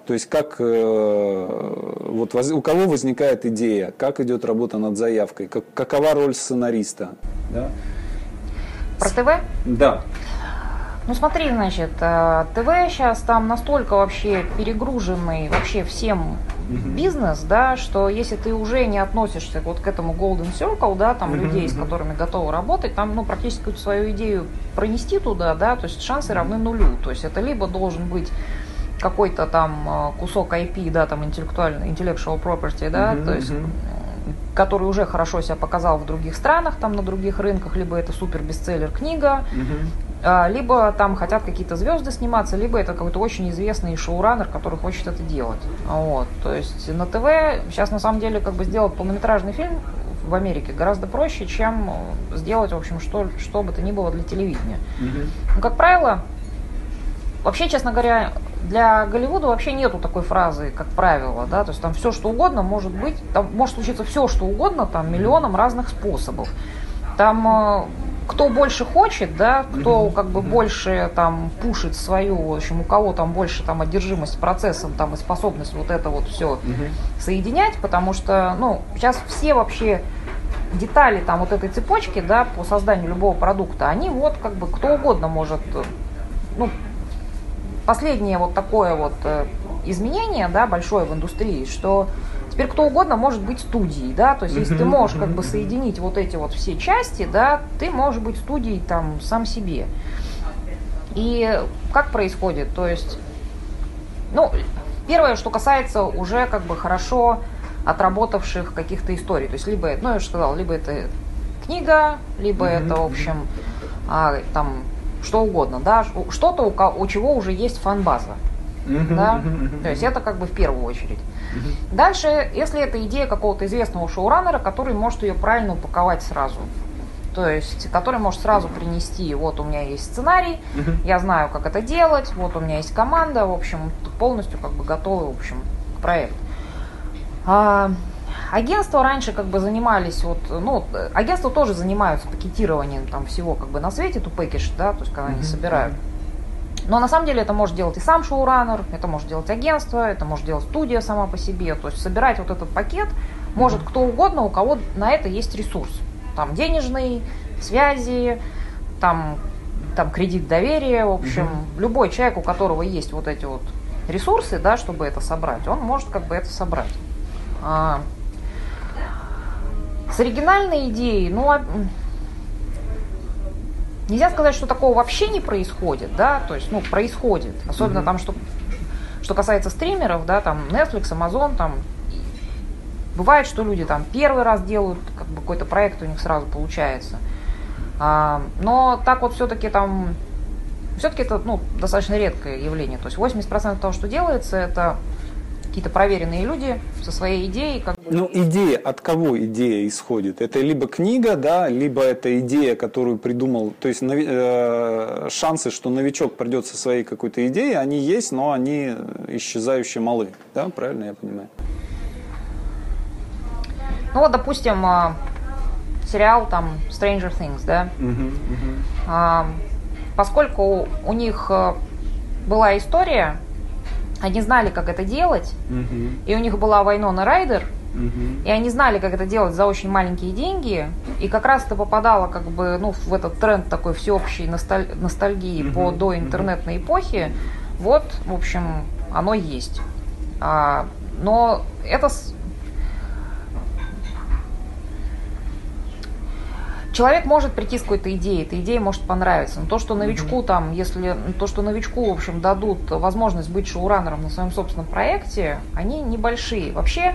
То есть как э, вот воз, у кого возникает идея, как идет работа над заявкой, как, какова роль сценариста? Да?
Про ТВ?
Да.
Ну смотри, значит, ТВ сейчас там настолько вообще перегруженный вообще всем uh-huh. бизнес, да, что если ты уже не относишься вот к этому Golden Circle, да, там uh-huh. людей, с которыми готовы работать, там, ну, практически какую-то свою идею пронести туда, да, то есть шансы uh-huh. равны нулю. То есть это либо должен быть какой-то там кусок ай пи, да, там интеллектуальный, intellectual property, да, uh-huh. то есть который уже хорошо себя показал в других странах, там на других рынках, либо это супер бестселлер книга, uh-huh. либо там хотят какие-то звезды сниматься, либо это какой-то очень известный шоураннер, который хочет это делать. Вот. То есть на ТВ сейчас на самом деле как бы сделать полнометражный фильм в Америке гораздо проще, чем сделать, в общем, что, что бы то ни было для телевидения. Uh-huh. Ну, как правило, вообще, честно говоря, для Голливуда вообще нету такой фразы, как правило, да, то есть там все, что угодно может быть, там может случиться все, что угодно, там миллионом разных способов. Там э, кто больше хочет, да, кто как бы больше там пушит свою, в общем, у кого там больше там одержимость процессом, там и способность вот это вот все соединять, потому что, ну, сейчас все вообще детали там вот этой цепочки, да, по созданию любого продукта, они вот как бы кто угодно может, ну, последнее вот такое вот изменение, да, большое в индустрии, что теперь кто угодно может быть студией, да, то есть если ты можешь как бы соединить вот эти вот все части, да, ты можешь быть студией там сам себе. И как происходит, то есть, ну, первое, что касается уже как бы хорошо отработавших каких-то историй, то есть либо, ну, я уже сказала, либо это книга, либо это, в общем, а, там, что угодно, да, что-то, у, у чего уже есть фан-база, uh-huh, да, uh-huh, uh-huh. То есть это как бы в первую очередь. Uh-huh. Дальше, если это идея какого-то известного шоураннера, который может ее правильно упаковать сразу, то есть который может сразу принести, вот у меня есть сценарий, uh-huh. я знаю, как это делать, вот у меня есть команда, в общем, полностью как бы готовый, в общем, проект. А, агентства раньше как бы занимались, вот, ну, агентства тоже занимаются пакетированием там всего как бы на свете, to package, да, то есть когда mm-hmm. они собирают. Но на самом деле это может делать и сам шоураннер, это может делать агентство, это может делать студия сама по себе. То есть собирать вот этот пакет может mm-hmm. кто угодно, у кого на это есть ресурс. Там денежный, связи, там, там кредит доверия, в общем, mm-hmm. любой человек, у которого есть вот эти вот ресурсы, да, чтобы это собрать, он может как бы это собрать. А, с оригинальной идеей, ну, нельзя сказать, что такого вообще не происходит, да, то есть, ну, происходит, особенно mm-hmm. там, что, что касается стримеров, да, там, Netflix, Amazon, там, бывает, что люди там первый раз делают, как бы, какой-то проект у них сразу получается, а, но так вот все-таки там, все-таки это, ну, достаточно редкое явление, то есть восемьдесят процентов того, что делается, это какие-то проверенные люди со своей идеей. Как бы...
Ну, идея, от кого идея исходит? Это либо книга, да, либо это идея, которую придумал, то есть э, шансы, что новичок придет со своей какой-то идеей, они есть, но они исчезающе малы, да, правильно я понимаю?
Ну вот, допустим, сериал там Stranger Things, да, uh-huh, uh-huh. поскольку у них была история, они знали, как это делать, uh-huh. и у них была Вайнона Райдер, uh-huh. и они знали, как это делать за очень маленькие деньги, и как раз это попадало как бы, ну, в этот тренд такой всеобщей носталь... ностальгии uh-huh. по доинтернетной эпохе. Вот, в общем, оно есть. А, но это... Человек может прийти с какой-то идеей, эта идея может понравиться, но то, что новичку там, если то, что новичку, в общем, дадут возможность быть шоураннером на своем собственном проекте, они небольшие. Вообще,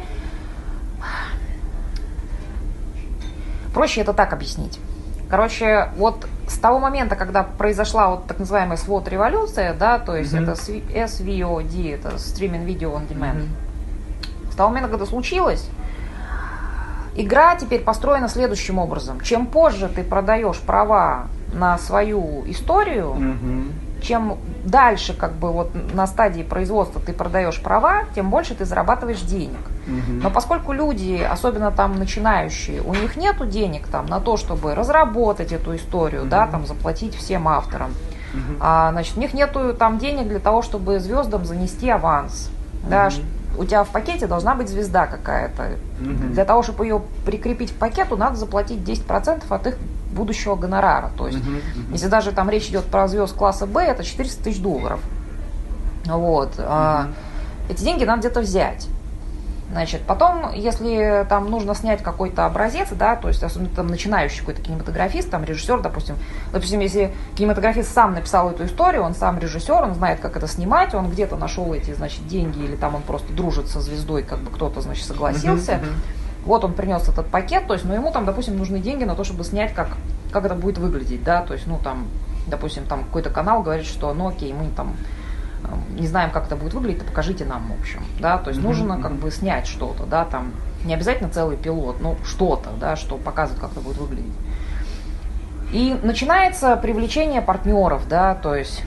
проще это так объяснить. Короче, вот с того момента, когда произошла вот так называемая свот-революция, да, то есть mm-hmm. это эс ви о ди, это Streaming Video on Demand, mm-hmm. с того момента, когда случилось, игра теперь построена следующим образом. Чем позже ты продаешь права на свою историю, mm-hmm. чем дальше как бы вот на стадии производства ты продаешь права, тем больше ты зарабатываешь денег. Mm-hmm. Но поскольку люди, особенно там начинающие, у них нету денег там на то, чтобы разработать эту историю, mm-hmm. да, там заплатить всем авторам, mm-hmm. а, значит, у них нету там денег для того, чтобы звездам занести аванс. Да,
Угу.
у тебя в пакете должна быть звезда какая-то.
Угу.
Для того, чтобы ее прикрепить к пакету, надо заплатить десять процентов от их будущего гонорара. То есть,
Угу. Угу.
если даже там речь идет про звезд класса Б, это четыреста тысяч долларов. Вот. Угу. А, эти деньги надо где-то взять. Значит, потом, если там нужно снять какой-то образец, да, то есть особенно там начинающий какой-то кинематографист, там режиссер, допустим, допустим, если кинематографист сам написал эту историю, он сам режиссер, он знает, как это снимать, он где-то нашел эти, значит, деньги, или там он просто дружит со звездой, как бы кто-то, значит, согласился. Uh-huh, uh-huh. Вот он принес этот пакет, то есть, ну, ему там, допустим, нужны деньги на то, чтобы снять, как, как это будет выглядеть, да, то есть, ну, там, допустим, там какой-то канал говорит, что, ну, окей, мы там не знаем, как это будет выглядеть, то покажите нам, в общем, да, то есть mm-hmm. нужно как бы снять что-то, да, там, не обязательно целый пилот, но что-то, да, что показывает, как это будет выглядеть. И начинается привлечение партнеров, да, то есть,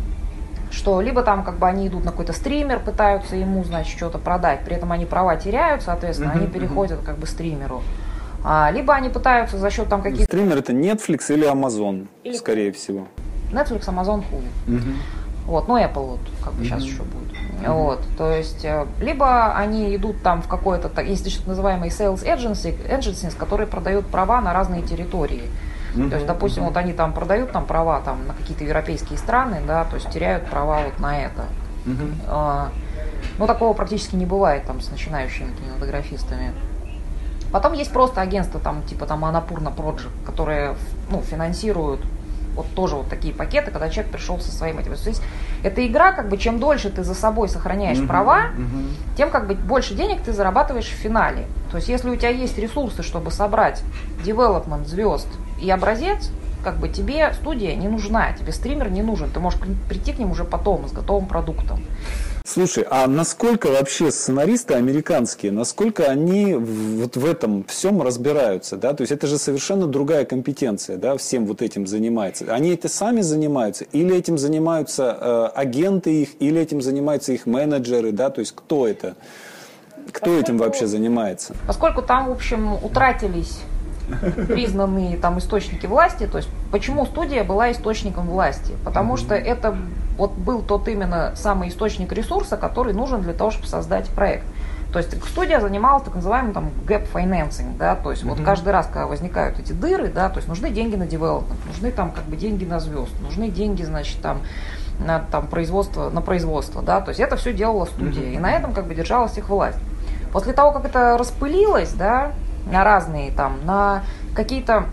что либо там как бы они идут на какой-то стример, пытаются ему, значит, что-то продать, при этом они права теряют, соответственно, mm-hmm. они переходят как бы к стримеру. А, либо они пытаются за счет там каких-то...
Стример это Netflix или Amazon, или... скорее всего.
Netflix, Amazon, Hulu. Mm-hmm. Вот, ну, Apple вот, как бы mm-hmm. сейчас еще будет. Mm-hmm. Вот, то есть, либо они идут там в какое-то, есть так называемые sales agency, agencies, которые продают права на разные территории. Mm-hmm. То есть, допустим, mm-hmm. вот они там продают там права там, на какие-то европейские страны, да, то есть теряют права вот на это. Mm-hmm. А, ну, такого практически не бывает там с начинающими кинематографистами. Потом есть просто агентства, там, типа там Annapurna Project, которые, ну, финансируют вот тоже вот такие пакеты, когда человек пришел со своим этим. То есть эта игра, как бы, чем дольше ты за собой сохраняешь uh-huh, права, uh-huh. тем как бы больше денег ты зарабатываешь в финале. То есть если у тебя есть ресурсы, чтобы собрать девелопмент звезд и образец, как бы тебе студия не нужна, тебе стример не нужен, ты можешь прийти к ним уже потом с готовым продуктом.
Слушай, а насколько вообще сценаристы американские, насколько они вот в этом всем разбираются, да? То есть это же совершенно другая компетенция, да, всем вот этим занимается. Они это сами занимаются, или этим занимаются э, агенты их, или этим занимаются их менеджеры, да? То есть кто это? Кто поскольку, этим вообще занимается?
Поскольку там, в общем, утратились признанные там источники власти, то есть почему студия была источником власти? Потому mm-hmm. что это вот был тот именно самый источник ресурса, который нужен для того, чтобы создать проект. То есть студия занималась так называемым там gap financing, да, то есть mm-hmm. вот каждый раз, когда возникают эти дыры, да, то есть нужны деньги на development, нужны там как бы деньги на звезд, нужны деньги, значит, там на там производство, на производство, да, то есть это все делала студия, mm-hmm. и на этом как бы держалась их власть. После того, как это распылилось, да, на разные там, на какие-то,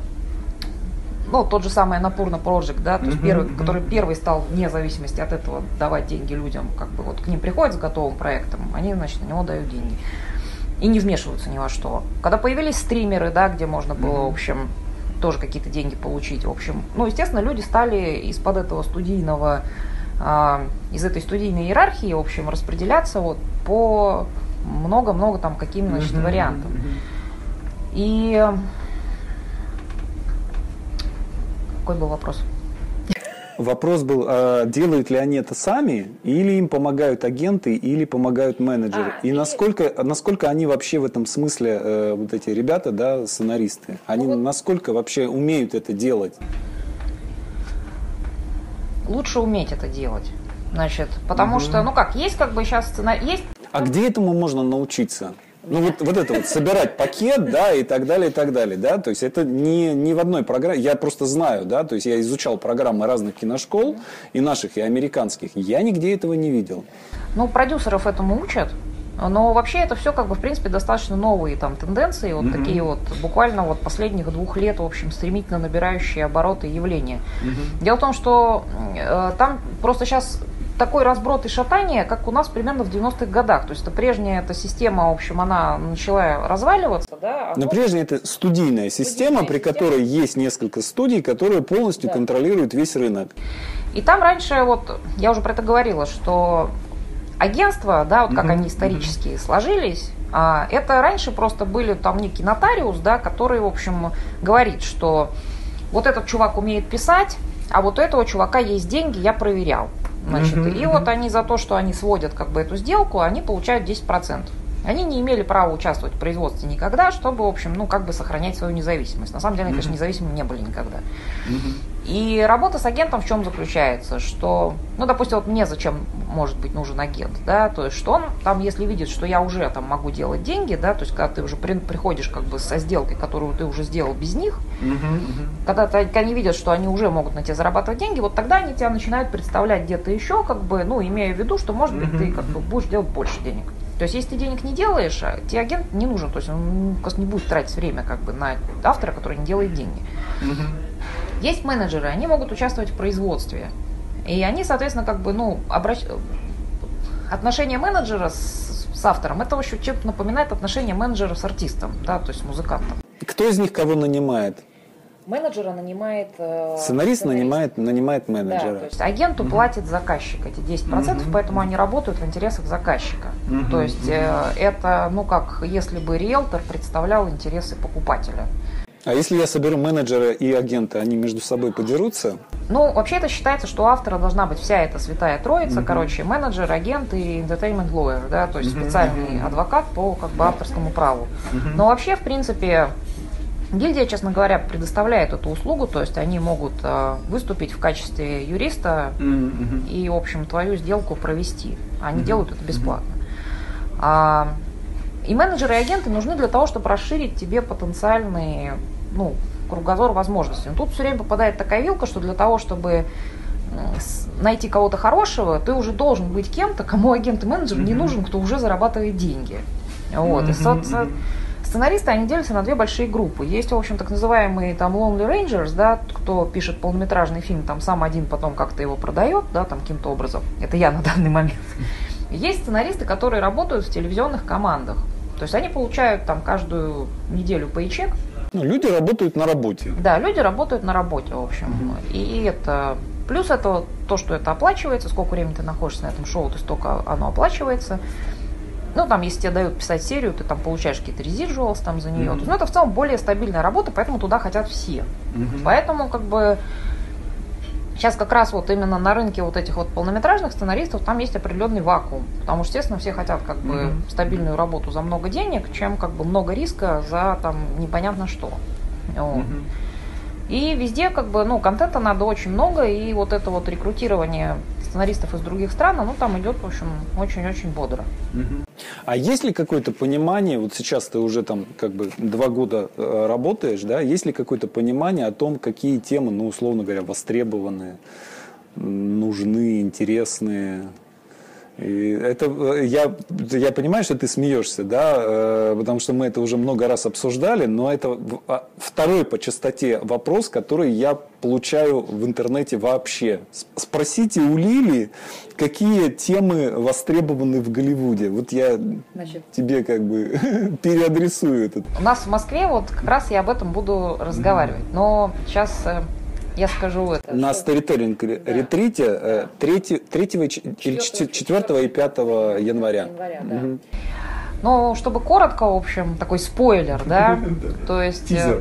ну, тот же самый Annapurna Project, да, то есть uh-huh, первый, uh-huh. который первый стал вне зависимости от этого давать деньги людям, как бы вот к ним приходят с готовым проектом, они, значит, на него дают деньги и не вмешиваются ни во что. Когда появились стримеры, да, где можно было, uh-huh. в общем, тоже какие-то деньги получить, в общем, ну, естественно, люди стали из-под этого студийного, э, из этой студийной иерархии, в общем, распределяться вот по много-много там каким, значит, uh-huh, вариантам. Uh-huh. И какой был вопрос?
Вопрос был, а делают ли они это сами, или им помогают агенты, или помогают менеджеры? А, и, и насколько, насколько они вообще в этом смысле, э, вот эти ребята, да, сценаристы, они ну, насколько вообще умеют это делать?
Лучше уметь это делать. Значит, потому угу. что, ну как, есть как бы сейчас сценарий, есть...
А где этому можно научиться? Ну вот, вот это вот, собирать пакет, да, и так далее, и так далее, да, то есть это не, не в одной программе, я просто знаю, да, то есть я изучал программы разных киношкол, и наших, и американских, я нигде этого не видел.
Ну, продюсеров этому учат, но вообще это все, как бы, в принципе, достаточно новые там тенденции, вот mm-hmm. такие вот, буквально вот последних двух лет, в общем, стремительно набирающие обороты явления. Mm-hmm. Дело в том, что э, там просто сейчас... такой разброд и шатание, как у нас примерно в девяностых годах. То есть это прежняя эта система, в общем, она начала разваливаться. Да, а
Но вот... прежняя это студийная система, студийная при система. Которой есть несколько студий, которые полностью да. контролируют весь рынок.
И там раньше, вот я уже про это говорила, что агентства, да, вот как mm-hmm. они исторически mm-hmm. сложились, а, это раньше просто были там некий нотариус, да, который, в общем, говорит, что вот этот чувак умеет писать, а вот у этого чувака есть деньги, я проверял. Значит, mm-hmm. и вот они за то, что они сводят как бы эту сделку, они получают десять процентов. Они не имели права участвовать в производстве никогда, чтобы, в общем, ну, как бы сохранять свою независимость. На самом деле, они, mm-hmm. конечно, независимыми не были никогда. Mm-hmm. И работа с агентом в чем заключается? Что, ну, допустим, вот мне зачем может быть нужен агент, да, то есть, что он там, если видит, что я уже там могу делать деньги, да, то есть, когда ты уже при, приходишь как бы со сделкой, которую ты уже сделал без них, uh-huh, uh-huh. Когда, ты, когда они видят, что они уже могут на тебе зарабатывать деньги, вот тогда они тебя начинают представлять где-то еще, как бы, ну, имея в виду, что, может быть, uh-huh, ты как бы будешь делать больше денег. То есть, если ты денег не делаешь, тебе агент не нужен, то есть, он просто не будет тратить время как бы на автора, который не делает деньги. Uh-huh. Есть менеджеры, они могут участвовать в производстве. И они, соответственно, как бы, ну, обращ... отношение менеджера с, с автором, это еще чем-то напоминает отношение менеджера с артистом, да, то есть с музыкантом.
Кто из них кого нанимает?
Менеджера нанимает... Э,
сценарист, сценарист. Нанимает, нанимает менеджера.
Да, то есть агенту mm-hmm. платит заказчик эти десять процентов, mm-hmm. поэтому они работают в интересах заказчика. Mm-hmm. То есть э, это, ну, как если бы риэлтор представлял интересы покупателя.
А если я соберу менеджера и агента, они между собой подерутся?
Ну, вообще это считается, что у автора должна быть вся эта святая троица, uh-huh. короче, менеджер, агент и entertainment lawyer, да, то есть uh-huh. специальный uh-huh. адвокат по как бы авторскому праву. Uh-huh. Но вообще, в принципе, гильдия, честно говоря, предоставляет эту услугу, то есть они могут э, выступить в качестве юриста uh-huh. и, в общем, твою сделку провести. Они uh-huh. делают это бесплатно. Uh-huh. А, и менеджеры и агенты нужны для того, чтобы расширить тебе потенциальные, ну, кругозор возможностей. Но тут все время попадает такая вилка, что для того, чтобы найти кого-то хорошего, ты уже должен быть кем-то, кому агент и менеджер mm-hmm. не нужен, кто уже зарабатывает деньги. Вот. Mm-hmm. И сценаристы, они делятся на две большие группы. Есть, в общем, так называемые там Lonely Rangers, да, кто пишет полнометражный фильм, там сам один потом как-то его продает, да, там каким-то образом. Это я на данный момент. Есть сценаристы, которые работают в телевизионных командах. То есть они получают там каждую неделю пейчек.
Ну, люди работают на работе.
Да, люди работают на работе, в общем. Mm-hmm. И это плюс это то, что это оплачивается, сколько времени ты находишься на этом шоу, то столько оно оплачивается. Ну, там, если тебе дают писать серию, ты там получаешь какие-то residuals там за нее. Mm-hmm. Ну, это в целом более стабильная работа, поэтому туда хотят все. Mm-hmm. Поэтому, как бы, сейчас как раз вот именно на рынке вот этих вот полнометражных сценаристов там есть определенный вакуум. Потому что, естественно, все хотят как бы mm-hmm. стабильную работу за много денег, чем как бы много риска за там непонятно что. Вот. Mm-hmm. И везде как бы, ну, контента надо очень много, и вот это вот рекрутирование сценаристов из других стран, ну, там идет, в общем, очень-очень бодро.
Mm-hmm. А есть ли какое-то понимание, вот сейчас ты уже там как бы два года э, работаешь, да, есть ли какое-то понимание о том, какие темы, ну, условно говоря, востребованы, нужны, интересные? И это, я, я понимаю, что ты смеешься, да, потому что мы это уже много раз обсуждали, но это второй по частоте вопрос, который я получаю в интернете вообще. Спросите у Лили, какие темы востребованы в Голливуде. Вот я Значит, тебе как бы переадресую этот.
У нас в Москве вот как раз я об этом буду разговаривать, но сейчас... Я скажу это.
На сторителлинг-ретрите третьего, четвёртого и пятого января. января да. Угу.
Ну, чтобы коротко, в общем, такой спойлер, да, то есть... Тизер.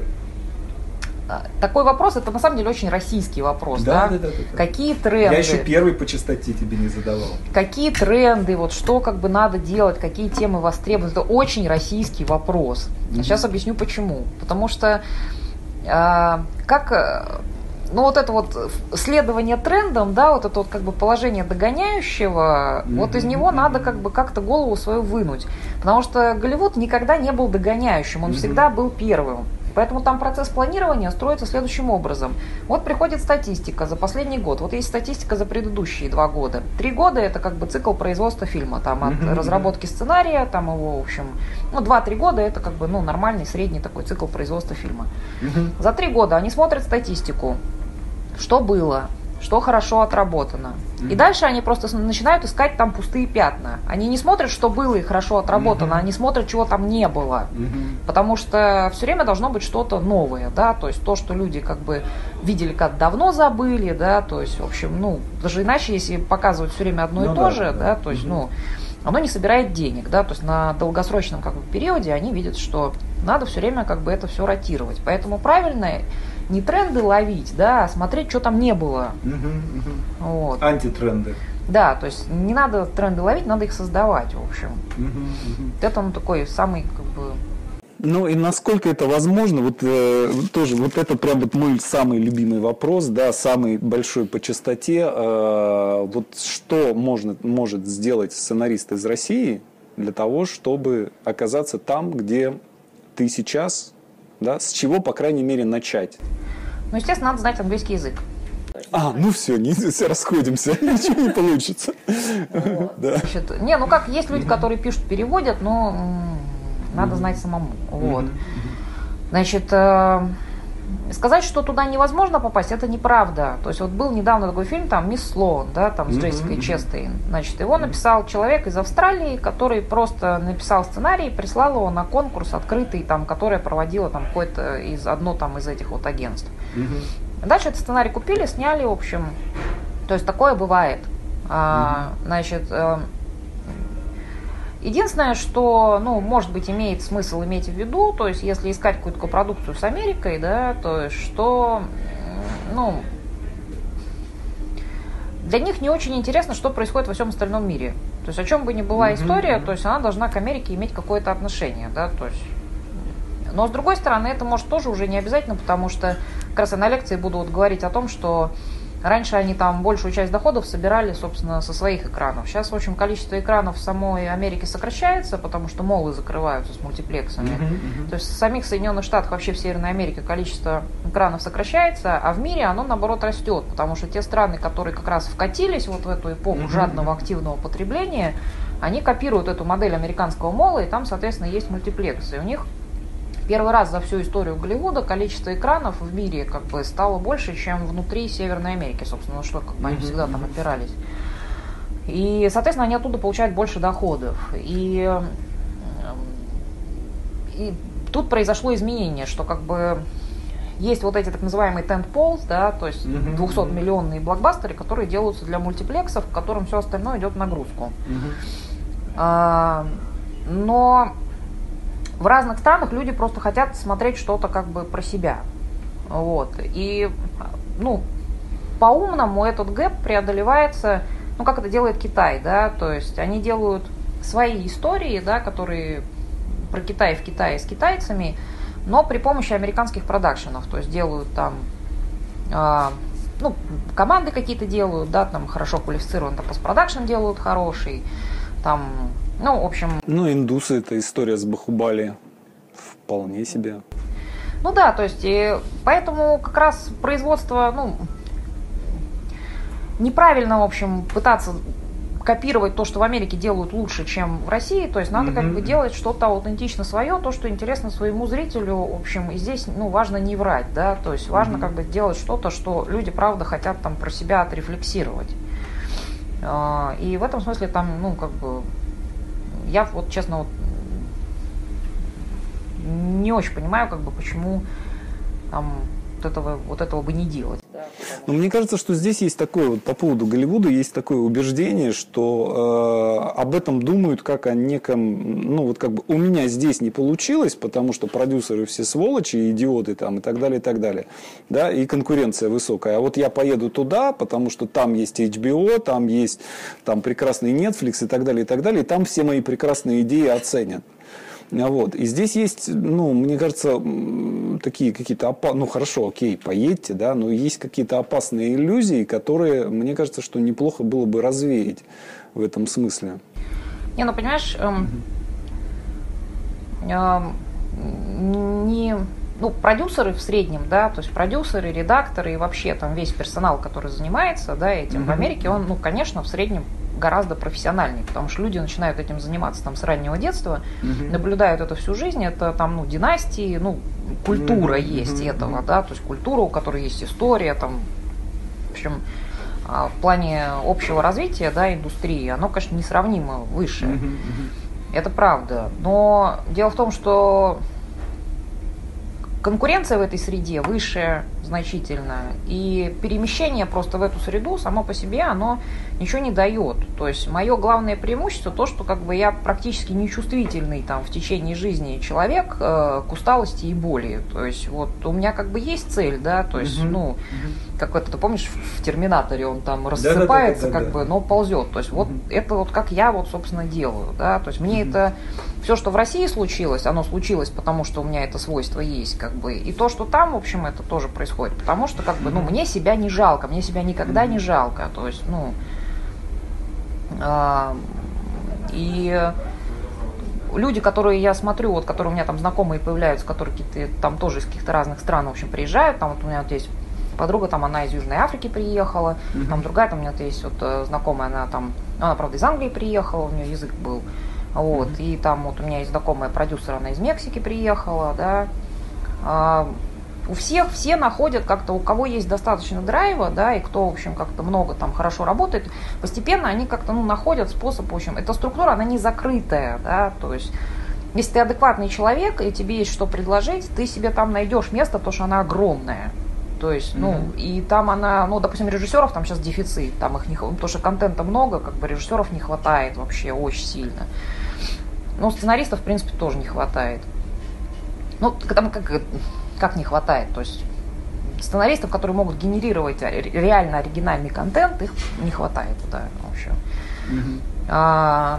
Такой вопрос, это на самом деле очень российский вопрос, да? Да, да, да, да. Какие тренды?
Я еще первый по частоте тебе не задавал.
Какие тренды, вот что как бы надо делать, какие темы востребованы? Это очень российский вопрос. Mm-hmm. Сейчас объясню почему. Потому что э, как... Ну, вот это вот следование трендам, да, вот это вот как бы положение догоняющего, mm-hmm. вот из него надо как бы как-то голову свою вынуть. Потому что Голливуд никогда не был догоняющим, он mm-hmm. всегда был первым. Поэтому там процесс планирования строится следующим образом. Вот приходит статистика за последний год, вот есть статистика за предыдущие два года. Три года это как бы цикл производства фильма, там от mm-hmm. разработки сценария, там его, в общем, ну, два-три года это как бы, ну, нормальный средний такой цикл производства фильма. Mm-hmm. За три года они смотрят статистику. Что было, что хорошо отработано. Mm-hmm. И дальше они просто начинают искать там пустые пятна. Они не смотрят, что было и хорошо отработано, mm-hmm. они смотрят, чего там не было. Mm-hmm. Потому что все время должно быть что-то новое, да, то есть то, что люди как бы видели, как давно забыли, да, то есть, в общем, ну, даже иначе, если показывать все время одно ну, и то да, же, да, да, то есть, mm-hmm. ну, оно не собирает денег, да, то есть на долгосрочном как бы периоде они видят, что надо все время как бы это все ротировать. Поэтому правильно не тренды ловить, да, а смотреть, что там не было.
Угу, угу.
Вот.
Антитренды.
Да, то есть не надо тренды ловить, надо их создавать, в общем. Угу, угу. Это, ну, такой самый, как бы,
Ну и насколько это возможно, вот э, тоже вот это прям вот мой самый любимый вопрос, да, самый большой по частоте. Э, вот что можно, может сделать сценарист из России для того, чтобы оказаться там, где ты сейчас, да, с чего, по крайней мере, начать?
Ну, естественно, надо знать английский язык.
А, ну все, не, все расходимся, ничего не получится.
Вот. Да. Значит, не, ну как, есть люди, которые пишут, переводят, но м- надо знать самому. Вот. Значит, э- сказать, что туда невозможно попасть, это неправда. То есть вот был недавно такой фильм, там, «Мисс Слоун», да, там, с Джессикой Честейн. Значит, его написал человек из Австралии, который просто написал сценарий, прислал его на конкурс открытый, там, который проводила там какое-то из, одно там из этих вот агентств. Дальше этот сценарий купили, сняли, в общем, то есть такое бывает. А, значит, э, единственное, что, ну, может быть, имеет смысл иметь в виду, то есть если искать какую-то продукцию с Америкой, да, то есть что, ну, для них не очень интересно, что происходит во всем остальном мире. То есть о чем бы ни была история, то есть она должна к Америке иметь какое-то отношение, да, то есть. Но, с другой стороны, это может тоже уже не обязательно, потому что как раз я на лекции буду вот говорить о том, что раньше они там большую часть доходов собирали, собственно, со своих экранов. Сейчас, в общем, количество экранов в самой Америке сокращается, потому что моллы закрываются с мультиплексами. Uh-huh, uh-huh. То есть в самих Соединенных Штатах, вообще в Северной Америке количество экранов сокращается, а в мире оно, наоборот, растет, потому что те страны, которые как раз вкатились вот в эту эпоху uh-huh. жадного активного потребления, они копируют эту модель американского молла, и там, соответственно, есть мультиплексы. И у них первый раз за всю историю Голливуда количество экранов в мире как бы стало больше, чем внутри Северной Америки, собственно, на что как бы они mm-hmm. всегда там опирались. И, соответственно, они оттуда получают больше доходов. И, и тут произошло изменение, что как бы есть вот эти так называемые tentpoles, да, то есть mm-hmm. двухсотмиллионные блокбастеры, которые делаются для мультиплексов, в котором все остальное идет в нагрузку. Mm-hmm. А, но в разных странах люди просто хотят смотреть что-то как бы про себя. Вот. И, ну, по-умному этот гэп преодолевается, ну, как это делает Китай, да, то есть они делают свои истории, да, которые про Китай в Китае с китайцами, но при помощи американских продакшенов, то есть делают там, э, ну, команды какие-то делают, да, там хорошо квалифицированный постпродакшн делают хороший, там. Ну, в общем...
Ну, индусы, это история с Бахубали. Вполне себе.
Ну да, то есть, и поэтому как раз производство, ну, неправильно, в общем, пытаться копировать то, что в Америке делают лучше, чем в России. То есть надо mm-hmm. как бы делать что-то аутентично свое, то, что интересно своему зрителю. В общем, и здесь, ну, важно не врать, да, то есть важно mm-hmm. как бы делать что-то, что люди, правда, хотят там про себя отрефлексировать. И в этом смысле там, ну, как бы, я вот, честно, вот, не очень понимаю, как бы, почему там вот этого, вот этого бы не делать.
Но мне кажется, что здесь есть такое, вот по поводу Голливуда, есть такое убеждение, что э, об этом думают как о неком, ну вот как бы у меня здесь не получилось, потому что продюсеры все сволочи, идиоты там и так далее, и так далее, да, и конкуренция высокая. А вот я поеду туда, потому что там есть эйч би о, там есть там прекрасный Netflix и так далее, и так далее, и там все мои прекрасные идеи оценят. Вот. И здесь есть, ну, мне кажется, такие какие-то опасные, ну, хорошо, окей, поедьте, да, но есть какие-то опасные иллюзии, которые, мне кажется, что неплохо было бы развеять в этом смысле.
Не, ну, понимаешь, эм, эм, не, ну, продюсеры в среднем, да, то есть продюсеры, редакторы и вообще там весь персонал, который занимается, да, этим mm-hmm. в Америке, он, ну, конечно, в среднем гораздо профессиональнее, потому что люди начинают этим заниматься там с раннего детства, mm-hmm. наблюдают это всю жизнь, это там, ну, династии, ну, культура mm-hmm. есть mm-hmm. этого, да, то есть культура, у которой есть история, там, в общем, в плане общего развития, да, индустрии, оно, конечно, несравнимо выше, mm-hmm. это правда, но дело в том, что конкуренция в этой среде выше, значительно. И перемещение просто в эту среду само по себе, оно ничего не дает. То есть мое главное преимущество то, что как бы я практически нечувствительный там в течение жизни человек э, к усталости и боли. То есть вот у меня как бы есть цель, да, то есть, mm-hmm. ну, mm-hmm. как это, ты помнишь, в «Терминаторе» он там рассыпается, да, да, да, да, как да. бы, но ползет. То есть mm-hmm. вот это вот как я вот, собственно, делаю, да, то есть мне mm-hmm. это все, что в России случилось, оно случилось, потому что у меня это свойство есть, как бы, и то, что там, в общем, это тоже происходит, потому что, как бы, ну, мне себя не жалко, мне себя никогда не жалко, то есть, ну, э, и люди, которые я смотрю, вот, которые у меня там знакомые появляются, которые какие-то там тоже из каких-то разных стран, в общем, приезжают, там вот у меня вот есть подруга, там она из Южной Африки приехала, mm-hmm. там другая, там у меня вот есть вот знакомая, она там, она, правда, из Англии приехала, у нее язык был. Вот, mm-hmm. и там вот у меня есть знакомая продюсер, она из Мексики приехала, да. А, у всех все находят как-то, у кого есть достаточно драйва, да, и кто, в общем, как-то много там хорошо работает, постепенно они как-то, ну, находят способ, в общем, эта структура, она не закрытая, да, то есть, если ты адекватный человек, и тебе есть что предложить, ты себе там найдешь место, потому что она огромная. То есть, ну, mm-hmm. и там она, ну, допустим, режиссеров там сейчас дефицит, там их не хватает, потому что контента много, как бы режиссеров не хватает вообще очень сильно. Ну, сценаристов, в принципе, тоже не хватает. Ну, там как, как не хватает, то есть сценаристов, которые могут генерировать реально оригинальный контент, их не хватает, да, в общем. Mm-hmm. А,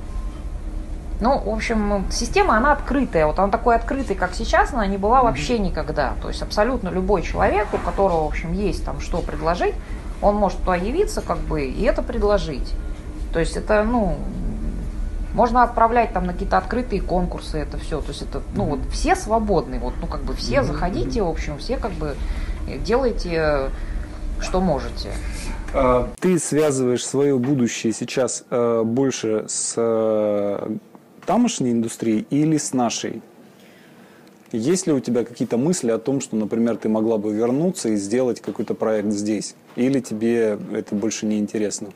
ну, в общем, система, она открытая. Вот она такой открытой, как сейчас, она не была вообще никогда. То есть абсолютно любой человек, у которого, в общем, есть там что предложить, он может туда явиться, как бы, и это предложить. То есть это, ну, можно отправлять там на какие-то открытые конкурсы, это все. То есть это, ну, вот все свободны, вот, ну, как бы все заходите, в общем, все как бы делайте, что можете.
Ты связываешь свое будущее сейчас э, больше с э, тамошней индустрией или с нашей? Есть ли у тебя какие-то мысли о том, что, например, ты могла бы вернуться и сделать какой-то проект здесь? Или тебе это больше не интересно?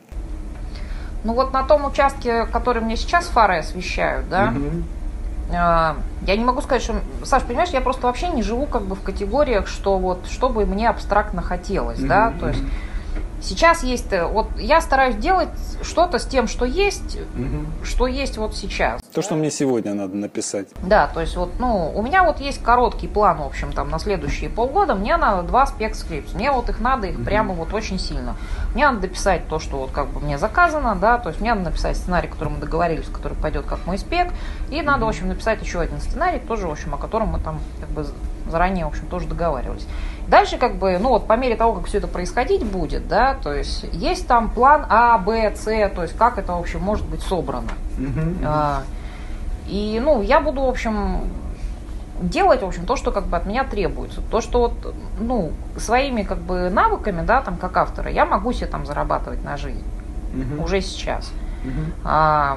Ну вот на том участке, который мне сейчас фары освещают, да, mm-hmm. э, я не могу сказать, что... Саш, понимаешь, я просто вообще не живу как бы в категориях, что вот, что бы мне абстрактно хотелось, mm-hmm. да, то есть сейчас есть, вот я стараюсь делать что-то с тем, что есть, угу. что есть вот сейчас.
То, да? Что мне сегодня надо написать.
Да, то есть вот, ну, у меня вот есть короткий план, в общем, там, на следующие полгода, мне надо два спec-скрипта, мне вот их надо, их угу. прямо вот очень сильно. Мне надо дописать то, что вот как бы мне заказано, да, то есть мне надо написать сценарий, который мы договорились, который пойдет как мой спек, и угу. надо, в общем, написать еще один сценарий, тоже, в общем, о котором мы там, как бы, заранее, в общем, тоже договаривались. Дальше, как бы, ну вот по мере того, как все это происходить будет, да, то есть есть там план А, Б, С, то есть как это, в общем, может быть собрано. Uh-huh. А, и, ну, я буду, в общем, делать, в общем, то, что как бы от меня требуется. То, что вот, ну, своими, как бы, навыками, да, там, как автора, я могу себе там зарабатывать на жизнь. Uh-huh. Уже сейчас. Uh-huh. А,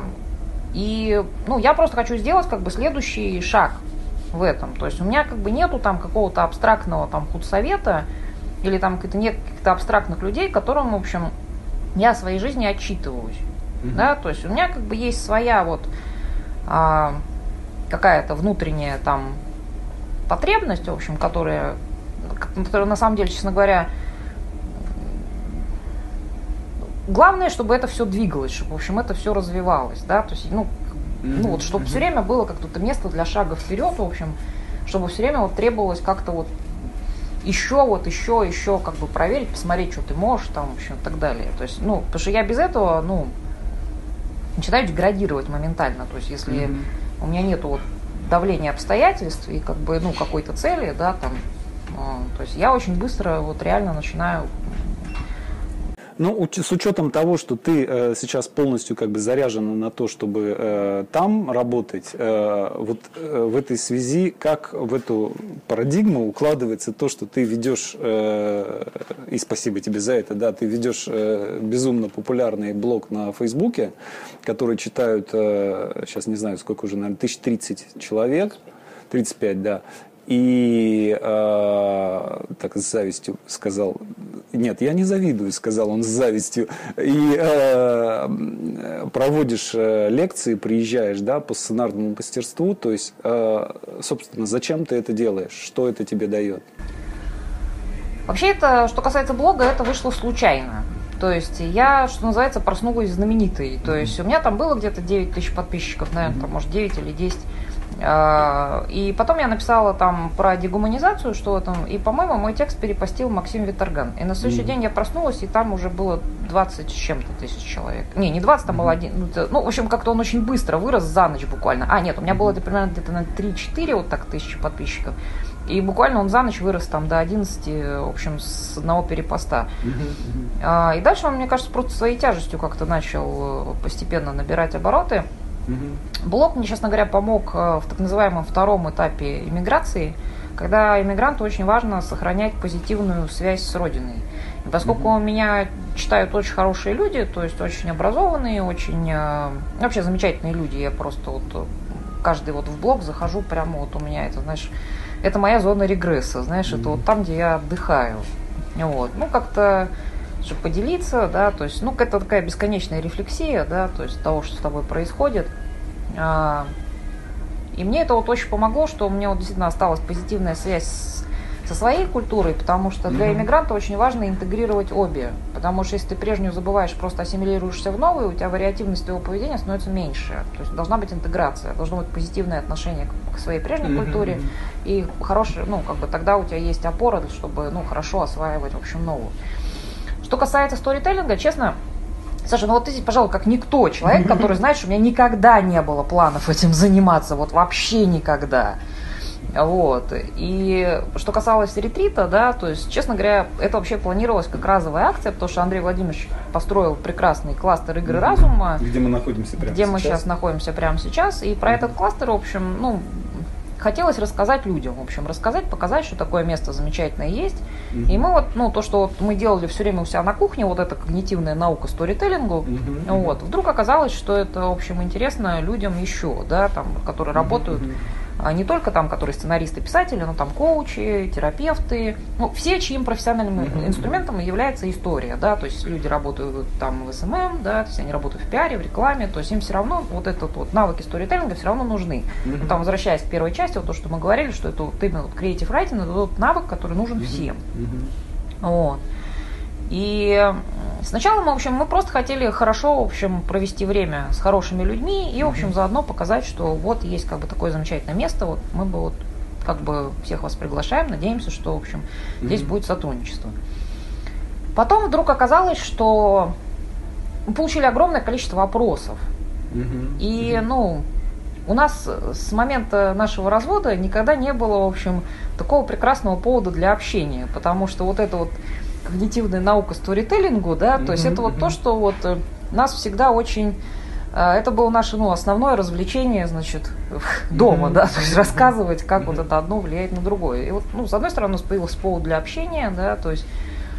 и, ну, я просто хочу сделать, как бы, следующий шаг в этом. То есть у меня как бы нету там какого-то абстрактного там худсовета или там каких-то нет каких-то абстрактных людей, которым, в общем, я в своей жизни отчитываюсь. Mm-hmm. Да? То есть у меня как бы есть своя вот а, какая-то внутренняя там потребность, в общем, которая, которая на самом деле, честно говоря, главное, чтобы это все двигалось, чтобы, в общем, это все развивалось, да, то есть, ну, ну вот, чтобы все время было как-то место для шага вперед, в общем, чтобы все время вот требовалось как-то вот еще, вот еще, еще как бы проверить, посмотреть, что ты можешь, там, в общем, и так далее. То есть, ну, потому что я без этого, ну, начинаю деградировать моментально. То есть, если mm-hmm. у меня нету вот давления обстоятельств и как бы, ну, какой-то цели, да, там, э, то есть я очень быстро вот реально начинаю.
Ну, с учетом того, что ты э, сейчас полностью как бы заряжена на то, чтобы э, там работать, э, вот э, в этой связи, как в эту парадигму укладывается то, что ты ведешь, э, и спасибо тебе за это, да, ты ведешь э, безумно популярный блог на Фейсбуке, который читают, э, сейчас не знаю, сколько уже, наверное, тысяч тридцать человек, тридцать пять, да, и э, так с завистью сказал, нет, я не завидую, сказал он с завистью, и э, проводишь э, лекции, приезжаешь, да, по сценарному мастерству, то есть, э, собственно, зачем ты это делаешь, что это тебе дает?
Вообще, это, что касается блога, это вышло случайно. То есть я, что называется, проснулась знаменитой. То есть у меня там было где-то девять тысяч подписчиков, наверное, там, может, девять или десять. И потом я написала там про дегуманизацию, что там, и, по-моему, мой текст перепостил Максим Виторган. И на следующий mm-hmm. день я проснулась, и там уже было двадцать с чем-то тысяч человек. Не, не двадцать, там mm-hmm. было один. Ну, ну, в общем, как-то он очень быстро вырос за ночь буквально. А, нет, у меня было это примерно где-то на три-четыре вот так тысячи подписчиков. И буквально он за ночь вырос там до одиннадцати, в общем, с одного перепоста. Mm-hmm. А, и дальше он, мне кажется, просто своей тяжестью как-то начал постепенно набирать обороты. Mm-hmm. Блог мне, честно говоря, помог в так называемом втором этапе иммиграции, когда иммигранту очень важно сохранять позитивную связь с родиной. И поскольку mm-hmm. меня читают очень хорошие люди, то есть очень образованные, очень вообще замечательные люди, я просто вот каждый вот в блог захожу, прямо вот у меня это, знаешь, это моя зона регресса, знаешь, mm-hmm. это вот там, где я отдыхаю. Вот. Ну, как-то, чтобы поделиться, да, то есть, ну, это такая бесконечная рефлексия, да, то есть того, что с тобой происходит. И мне это вот очень помогло, что у меня вот действительно осталась позитивная связь с, со своей культурой, потому что для иммигранта очень важно интегрировать обе. Потому что если ты прежнюю забываешь, просто ассимилируешься в новую, у тебя вариативность твоего поведения становится меньше. То есть должна быть интеграция, должно быть позитивное отношение к, к своей прежней mm-hmm. культуре. И хорошее, ну, как бы тогда у тебя есть опора, чтобы, ну, хорошо осваивать, в общем, новую. Что касается сторителлинга, честно, Саша, ну вот ты, пожалуй, как никто человек, который знает, что у меня никогда не было планов этим заниматься, вот вообще никогда. Вот. И что касалось ретрита, да, то есть, честно говоря, это вообще планировалось как разовая акция, потому что Андрей Владимирович построил прекрасный кластер игры разума.
Где мы находимся прямо
где
сейчас.
мы сейчас находимся прямо сейчас. И про этот кластер, в общем, ну, хотелось рассказать людям, в общем, рассказать, показать, что такое место замечательное есть. Mm-hmm. И мы вот, ну, то, что вот мы делали все время у себя на кухне, вот эта когнитивная наука сторителлингу, mm-hmm. вот, вдруг оказалось, что это, в общем, интересно людям еще, да, там, которые mm-hmm. работают, а не только там, которые сценаристы, писатели, но там коучи, терапевты, ну, все, чьим профессиональным mm-hmm. инструментом является история, да, то есть люди работают там в эс эм эм, да, то есть они работают в пиаре, в рекламе, то есть им все равно вот этот вот навыки сторителлинга все равно нужны. Mm-hmm. Ну, там, возвращаясь к первой части, вот то, что мы говорили, что это вот именно вот creative writing, это тот навык, который нужен mm-hmm. всем. Mm-hmm. Вот. И сначала мы, в общем, мы просто хотели хорошо, в общем, провести время с хорошими людьми и, в общем, заодно показать, что вот есть как бы такое замечательное место, вот мы бы вот как бы всех вас приглашаем, надеемся, что, в общем, здесь mm-hmm. будет сотрудничество. Потом вдруг оказалось, что мы получили огромное количество вопросов. Mm-hmm. И, mm-hmm. ну, у нас с момента нашего развода никогда не было, в общем, такого прекрасного повода для общения, потому что вот это вот когнитивная наука сторителлингу, да, mm-hmm. то есть это вот то, что вот нас всегда очень, это было наше, ну, основное развлечение, значит, дома, mm-hmm. да, то есть рассказывать, как mm-hmm. вот это одно влияет на другое. И вот, ну, с одной стороны, у нас появился повод для общения, да, то есть,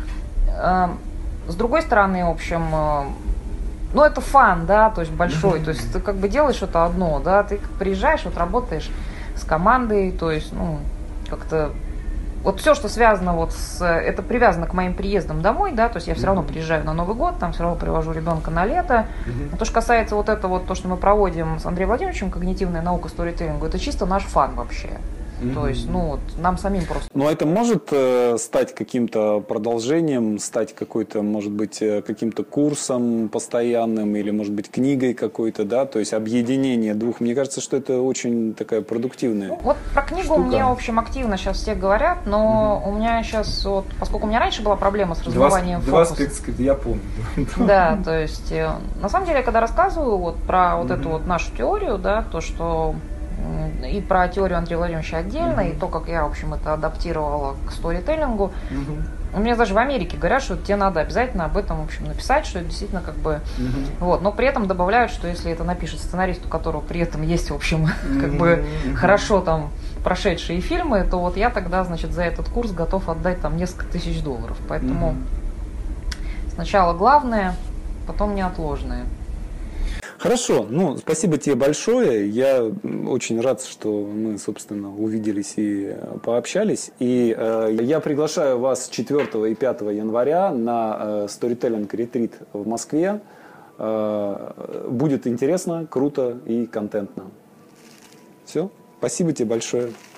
э, с другой стороны, в общем, э, ну, это фан, да, то есть большой, mm-hmm. то есть ты как бы делаешь что-то одно, да, ты приезжаешь, вот работаешь с командой, то есть, ну, как-то вот все, что связано вот с... Это привязано к моим приездам домой, да, то есть я все равно приезжаю на Новый год, там все равно привожу ребенка на лето. Mm-hmm. А то, что касается вот этого, вот, то, что мы проводим с Андреем Владимировичем, когнитивная наука сторителлингу, это чисто наш фан вообще. Mm-hmm. То есть, ну, вот, нам самим просто...
Но это может э, стать каким-то продолжением, стать какой-то, может быть, каким-то курсом постоянным или, может быть, книгой какой-то, да, то есть объединение двух. Мне кажется, что это очень такая продуктивная
ну, вот про книгу штука. Мне, в общем, активно сейчас все говорят, но mm-hmm. у меня сейчас, вот, поскольку у меня раньше была проблема с размыванием фокуса.
Два спектра, я помню.
Да, то есть, на самом деле, я когда рассказываю вот про вот mm-hmm. эту вот нашу теорию, да, то, что и про теорию Андрея Владимировича отдельно, mm-hmm. и то, как я, в общем, это адаптировала к сторителлингу. Mm-hmm. У меня даже в Америке говорят, что тебе надо обязательно об этом, в общем, написать, что это действительно как бы... Mm-hmm. Вот, но при этом добавляют, что если это напишет сценарист, у которого при этом есть, в общем, mm-hmm. как бы mm-hmm. хорошо там прошедшие фильмы, то вот я тогда, значит, за этот курс готов отдать там несколько тысяч долларов. Поэтому mm-hmm. сначала главное, потом неотложное.
Хорошо, ну, спасибо тебе большое. Я очень рад, что мы, собственно, увиделись и пообщались. И э, я приглашаю вас четвёртого и пятого января на э, Storytelling Retreat в Москве. Э, будет интересно, круто и контентно. Все, спасибо тебе большое.